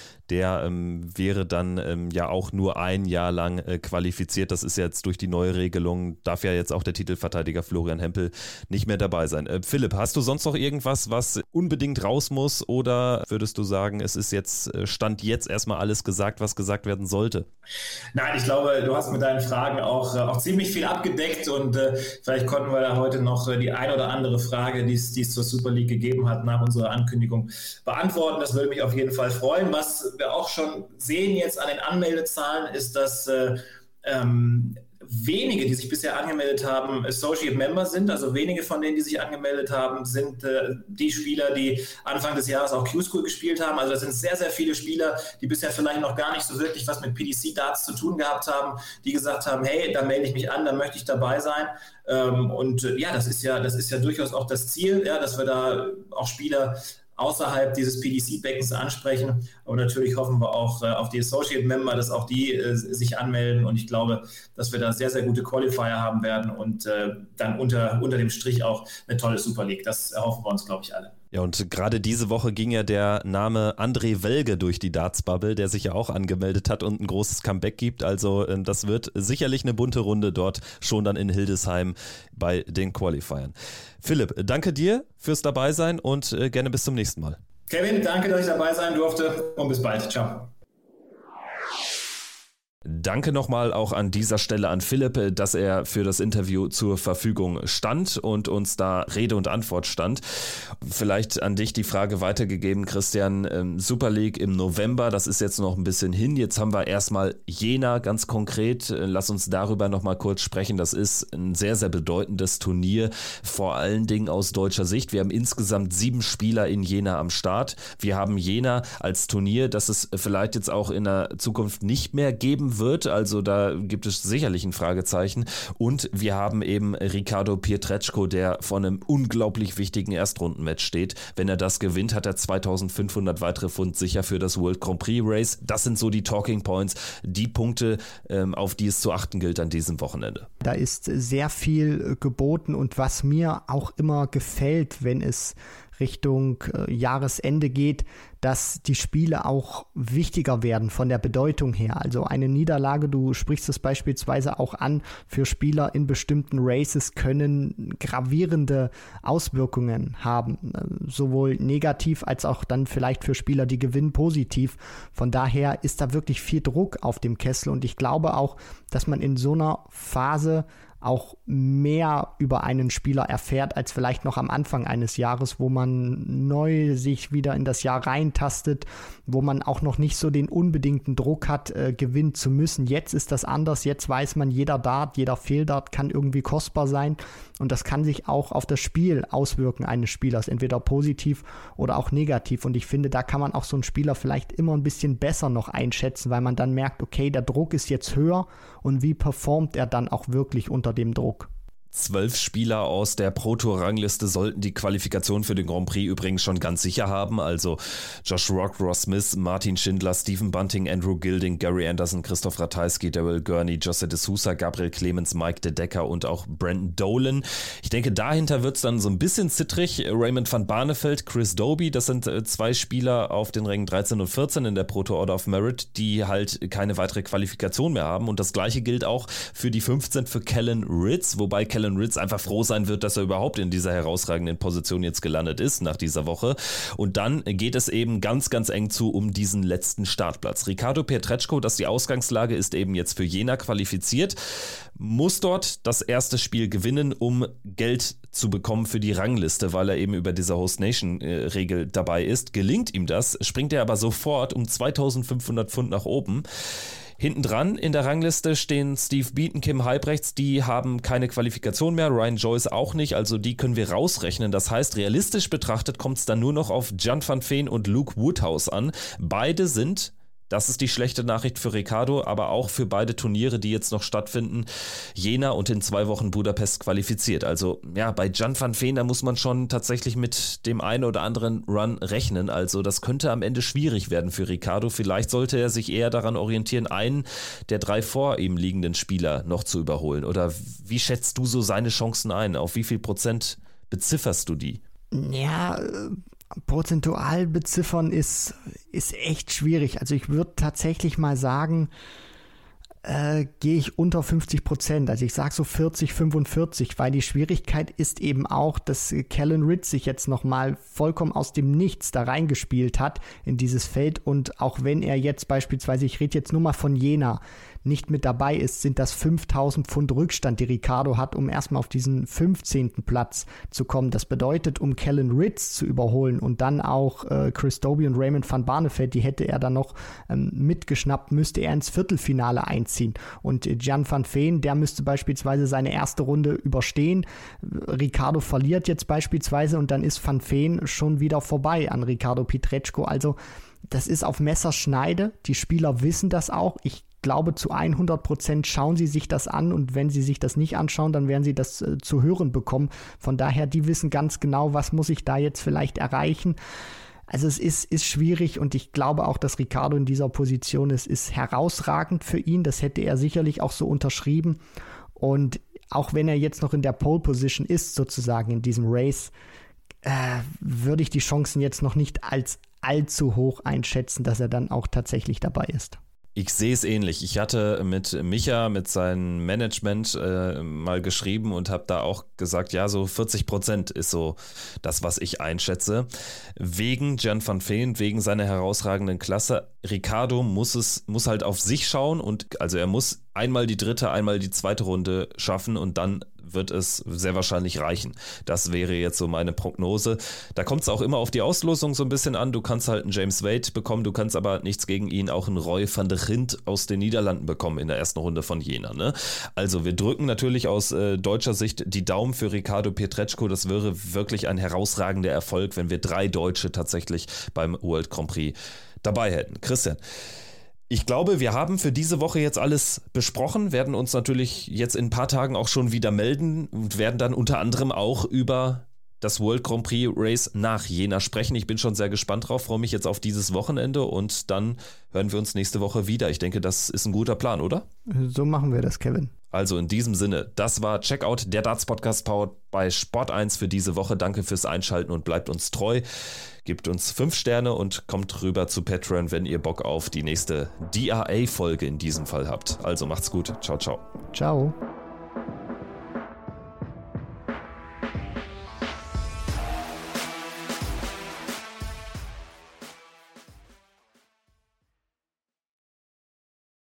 der wäre dann ja auch nur ein Jahr lang qualifiziert. Das ist jetzt durch die neue Regelung, darf ja jetzt auch der Titelverteidiger Florian Hempel nicht mehr dabei sein. Philipp, hast du sonst noch irgendwas, was unbedingt raus muss, oder würdest du sagen, es ist jetzt, stand jetzt erstmal alles gesagt, was gesagt werden sollte? Nein, ich glaube, du hast mit deinen Fragen auch ziemlich viel abgedeckt und vielleicht konnten wir da heute noch die ein oder andere Frage, die es zur Super League gegeben hat, nach unserer Ankündigung beantworten. Das würde mich auf jeden Fall freuen. Was wir auch schon sehen jetzt an den Anmeldezahlen, ist, dass wenige, die sich bisher angemeldet haben, Associate Member sind. Also wenige von denen, die sich angemeldet haben, sind die Spieler, die Anfang des Jahres auch Q-School gespielt haben. Also das sind sehr, sehr viele Spieler, die bisher vielleicht noch gar nicht so wirklich was mit PDC-Darts zu tun gehabt haben, die gesagt haben, hey, da melde ich mich an, da möchte ich dabei sein. Das ist ja durchaus auch das Ziel, ja, dass wir da auch Spieler außerhalb dieses PDC-Beckens ansprechen. Und natürlich hoffen wir auch auf die Associate Member, dass auch die sich anmelden. Und ich glaube, dass wir da sehr, sehr gute Qualifier haben werden und dann unter dem Strich auch eine tolle Super League. Das erhoffen wir uns, glaube ich, alle. Ja, und gerade diese Woche ging ja der Name André Welge durch die Darts-Bubble, der sich ja auch angemeldet hat und ein großes Comeback gibt. Also das wird sicherlich eine bunte Runde dort schon dann in Hildesheim bei den Qualifiern. Philipp, danke dir fürs Dabeisein und gerne bis zum nächsten Mal. Kevin, danke, dass ich dabei sein durfte und bis bald. Ciao. Danke nochmal auch an dieser Stelle an Philipp, dass er für das Interview zur Verfügung stand und uns da Rede und Antwort stand. Vielleicht an dich die Frage weitergegeben, Christian. Super League im November, das ist jetzt noch ein bisschen hin. Jetzt haben wir erstmal Jena ganz konkret. Lass uns darüber nochmal kurz sprechen. Das ist ein sehr, sehr bedeutendes Turnier, vor allen Dingen aus deutscher Sicht. Wir haben insgesamt 7 Spieler in Jena am Start. Wir haben Jena als Turnier, das es vielleicht jetzt auch in der Zukunft nicht mehr geben wird, also da gibt es sicherlich ein Fragezeichen, und wir haben eben Ricardo Pietreczko, der vor einem unglaublich wichtigen Erstrundenmatch steht. Wenn er das gewinnt, hat er 2.500 weitere Pfund sicher für das World Grand Prix Race. Das sind so die Talking Points, die Punkte, auf die es zu achten gilt an diesem Wochenende. Da ist sehr viel geboten, und was mir auch immer gefällt, wenn es Richtung Jahresende geht, dass die Spiele auch wichtiger werden von der Bedeutung her. Also eine Niederlage, du sprichst es beispielsweise auch an, für Spieler in bestimmten Races können gravierende Auswirkungen haben. Sowohl negativ als auch dann vielleicht für Spieler, die gewinnen, positiv. Von daher ist da wirklich viel Druck auf dem Kessel, und ich glaube auch, dass man in so einer Phase auch mehr über einen Spieler erfährt, als vielleicht noch am Anfang eines Jahres, wo man neu sich wieder in das Jahr reintastet, wo man auch noch nicht so den unbedingten Druck hat, gewinnen zu müssen. Jetzt ist das anders, jetzt weiß man, jeder Dart, jeder Fehldart kann irgendwie kostbar sein, und das kann sich auch auf das Spiel auswirken eines Spielers, entweder positiv oder auch negativ, und ich finde, da kann man auch so einen Spieler vielleicht immer ein bisschen besser noch einschätzen, weil man dann merkt, okay, der Druck ist jetzt höher, und wie performt er dann auch wirklich unter dem Druck. 12 Spieler aus der Pro-Tour-Rangliste sollten die Qualifikation für den Grand Prix übrigens schon ganz sicher haben. Also Josh Rock, Ross Smith, Martin Schindler, Stephen Bunting, Andrew Gilding, Gary Anderson, Christoph Ratajski, Daryl Gurney, Jose de Sousa, Gabriel Clemens, Mike De Decker und auch Brandon Dolan. Ich denke, dahinter wird es dann so ein bisschen zittrig. Raymond van Barneveld, Chris Dobie, das sind 2 Spieler auf den Rängen 13 und 14 in der Pro-Tour Order of Merit, die halt keine weitere Qualifikation mehr haben. Und das gleiche gilt auch für die 15 für Kellen Ritz, wobei Kellen Ritz einfach froh sein wird, dass er überhaupt in dieser herausragenden Position jetzt gelandet ist nach dieser Woche. Und dann geht es eben ganz, ganz eng zu um diesen letzten Startplatz. Ricardo Pietreczko, das ist die Ausgangslage, ist eben jetzt für Jena qualifiziert, muss dort das erste Spiel gewinnen, um Geld zu bekommen für die Rangliste, weil er eben über diese Host Nation Regel dabei ist. Gelingt ihm das, springt er aber sofort um 2.500 Pfund nach oben. Hinten dran in der Rangliste stehen Steve Beaton, Kim Halbrechts, die haben keine Qualifikation mehr, Ryan Joyce auch nicht, also die können wir rausrechnen. Das heißt, realistisch betrachtet kommt es dann nur noch auf Jan van Veen und Luke Woodhouse an. Beide sind, das ist die schlechte Nachricht für Ricardo, aber auch für beide Turniere, die jetzt noch stattfinden, Jena und in 2 Wochen Budapest qualifiziert. Also ja, bei Jan van Veen, da muss man schon tatsächlich mit dem einen oder anderen Run rechnen. Also das könnte am Ende schwierig werden für Ricardo. Vielleicht sollte er sich eher daran orientieren, einen der 3 vor ihm liegenden Spieler noch zu überholen. Oder wie schätzt du so seine Chancen ein? Auf wie viel Prozent bezifferst du die? Ja, prozentual beziffern ist echt schwierig. Also ich würde tatsächlich mal sagen, gehe ich unter 50%. Also ich sage so 40, 45, weil die Schwierigkeit ist eben auch, dass Kellen Ritz sich jetzt nochmal vollkommen aus dem Nichts da reingespielt hat in dieses Feld, und auch wenn er jetzt beispielsweise, ich rede jetzt nur mal von Jena, nicht mit dabei ist, sind das 5.000 Pfund Rückstand, die Ricciardo hat, um erstmal auf diesen 15. Platz zu kommen. Das bedeutet, um Callan Ritz zu überholen und dann auch Chris Dobey und Raymond van Barneveld, die hätte er dann noch mitgeschnappt, müsste er ins Viertelfinale einziehen. Und Gian van Veen, der müsste beispielsweise seine erste Runde überstehen. Ricciardo verliert jetzt beispielsweise und dann ist Van Veen schon wieder vorbei an Riccardo Pietreczko. Also das ist auf Messerschneide. Die Spieler wissen das auch. Ich glaube, zu 100% schauen sie sich das an und wenn sie sich das nicht anschauen, dann werden sie das zu hören bekommen. Von daher, die wissen ganz genau, was muss ich da jetzt vielleicht erreichen. Also es ist schwierig und ich glaube auch, dass Ricciardo in dieser Position ist herausragend für ihn. Das hätte er sicherlich auch so unterschrieben. Und auch wenn er jetzt noch in der Pole Position ist, sozusagen in diesem Race, würde ich die Chancen jetzt noch nicht als allzu hoch einschätzen, dass er dann auch tatsächlich dabei ist. Ich sehe es ähnlich. Ich hatte mit Micha, mit seinem Management mal geschrieben und habe da auch gesagt, ja, so 40% ist so das, was ich einschätze. Wegen Gian van Veen, wegen seiner herausragenden Klasse. Ricciardo muss halt auf sich schauen und also er muss einmal die dritte, einmal die zweite Runde schaffen und dann wird es sehr wahrscheinlich reichen. Das wäre jetzt so meine Prognose. Da kommt es auch immer auf die Auslosung so ein bisschen an. Du kannst halt einen James Wade bekommen, du kannst aber nichts gegen ihn, auch einen Roy van der Rint aus den Niederlanden bekommen in der ersten Runde von Jena. Ne? Also wir drücken natürlich aus deutscher Sicht die Daumen für Riccardo Pietreczko. Das wäre wirklich ein herausragender Erfolg, wenn wir 3 Deutsche tatsächlich beim World Grand Prix dabei hätten. Christian, ich glaube, wir haben für diese Woche jetzt alles besprochen, werden uns natürlich jetzt in ein paar Tagen auch schon wieder melden und werden dann unter anderem auch über das World Grand Prix Race nach Jena sprechen. Ich bin schon sehr gespannt drauf, freue mich jetzt auf dieses Wochenende und dann hören wir uns nächste Woche wieder. Ich denke, das ist ein guter Plan, oder? So machen wir das, Kevin. Also in diesem Sinne, das war Checkout, der Darts-Podcast powered bei Sport 1 für diese Woche. Danke fürs Einschalten und bleibt uns treu. Gebt uns 5 Sterne und kommt rüber zu Patreon, wenn ihr Bock auf die nächste DRA-Folge in diesem Fall habt. Also macht's gut. Ciao, ciao. Ciao.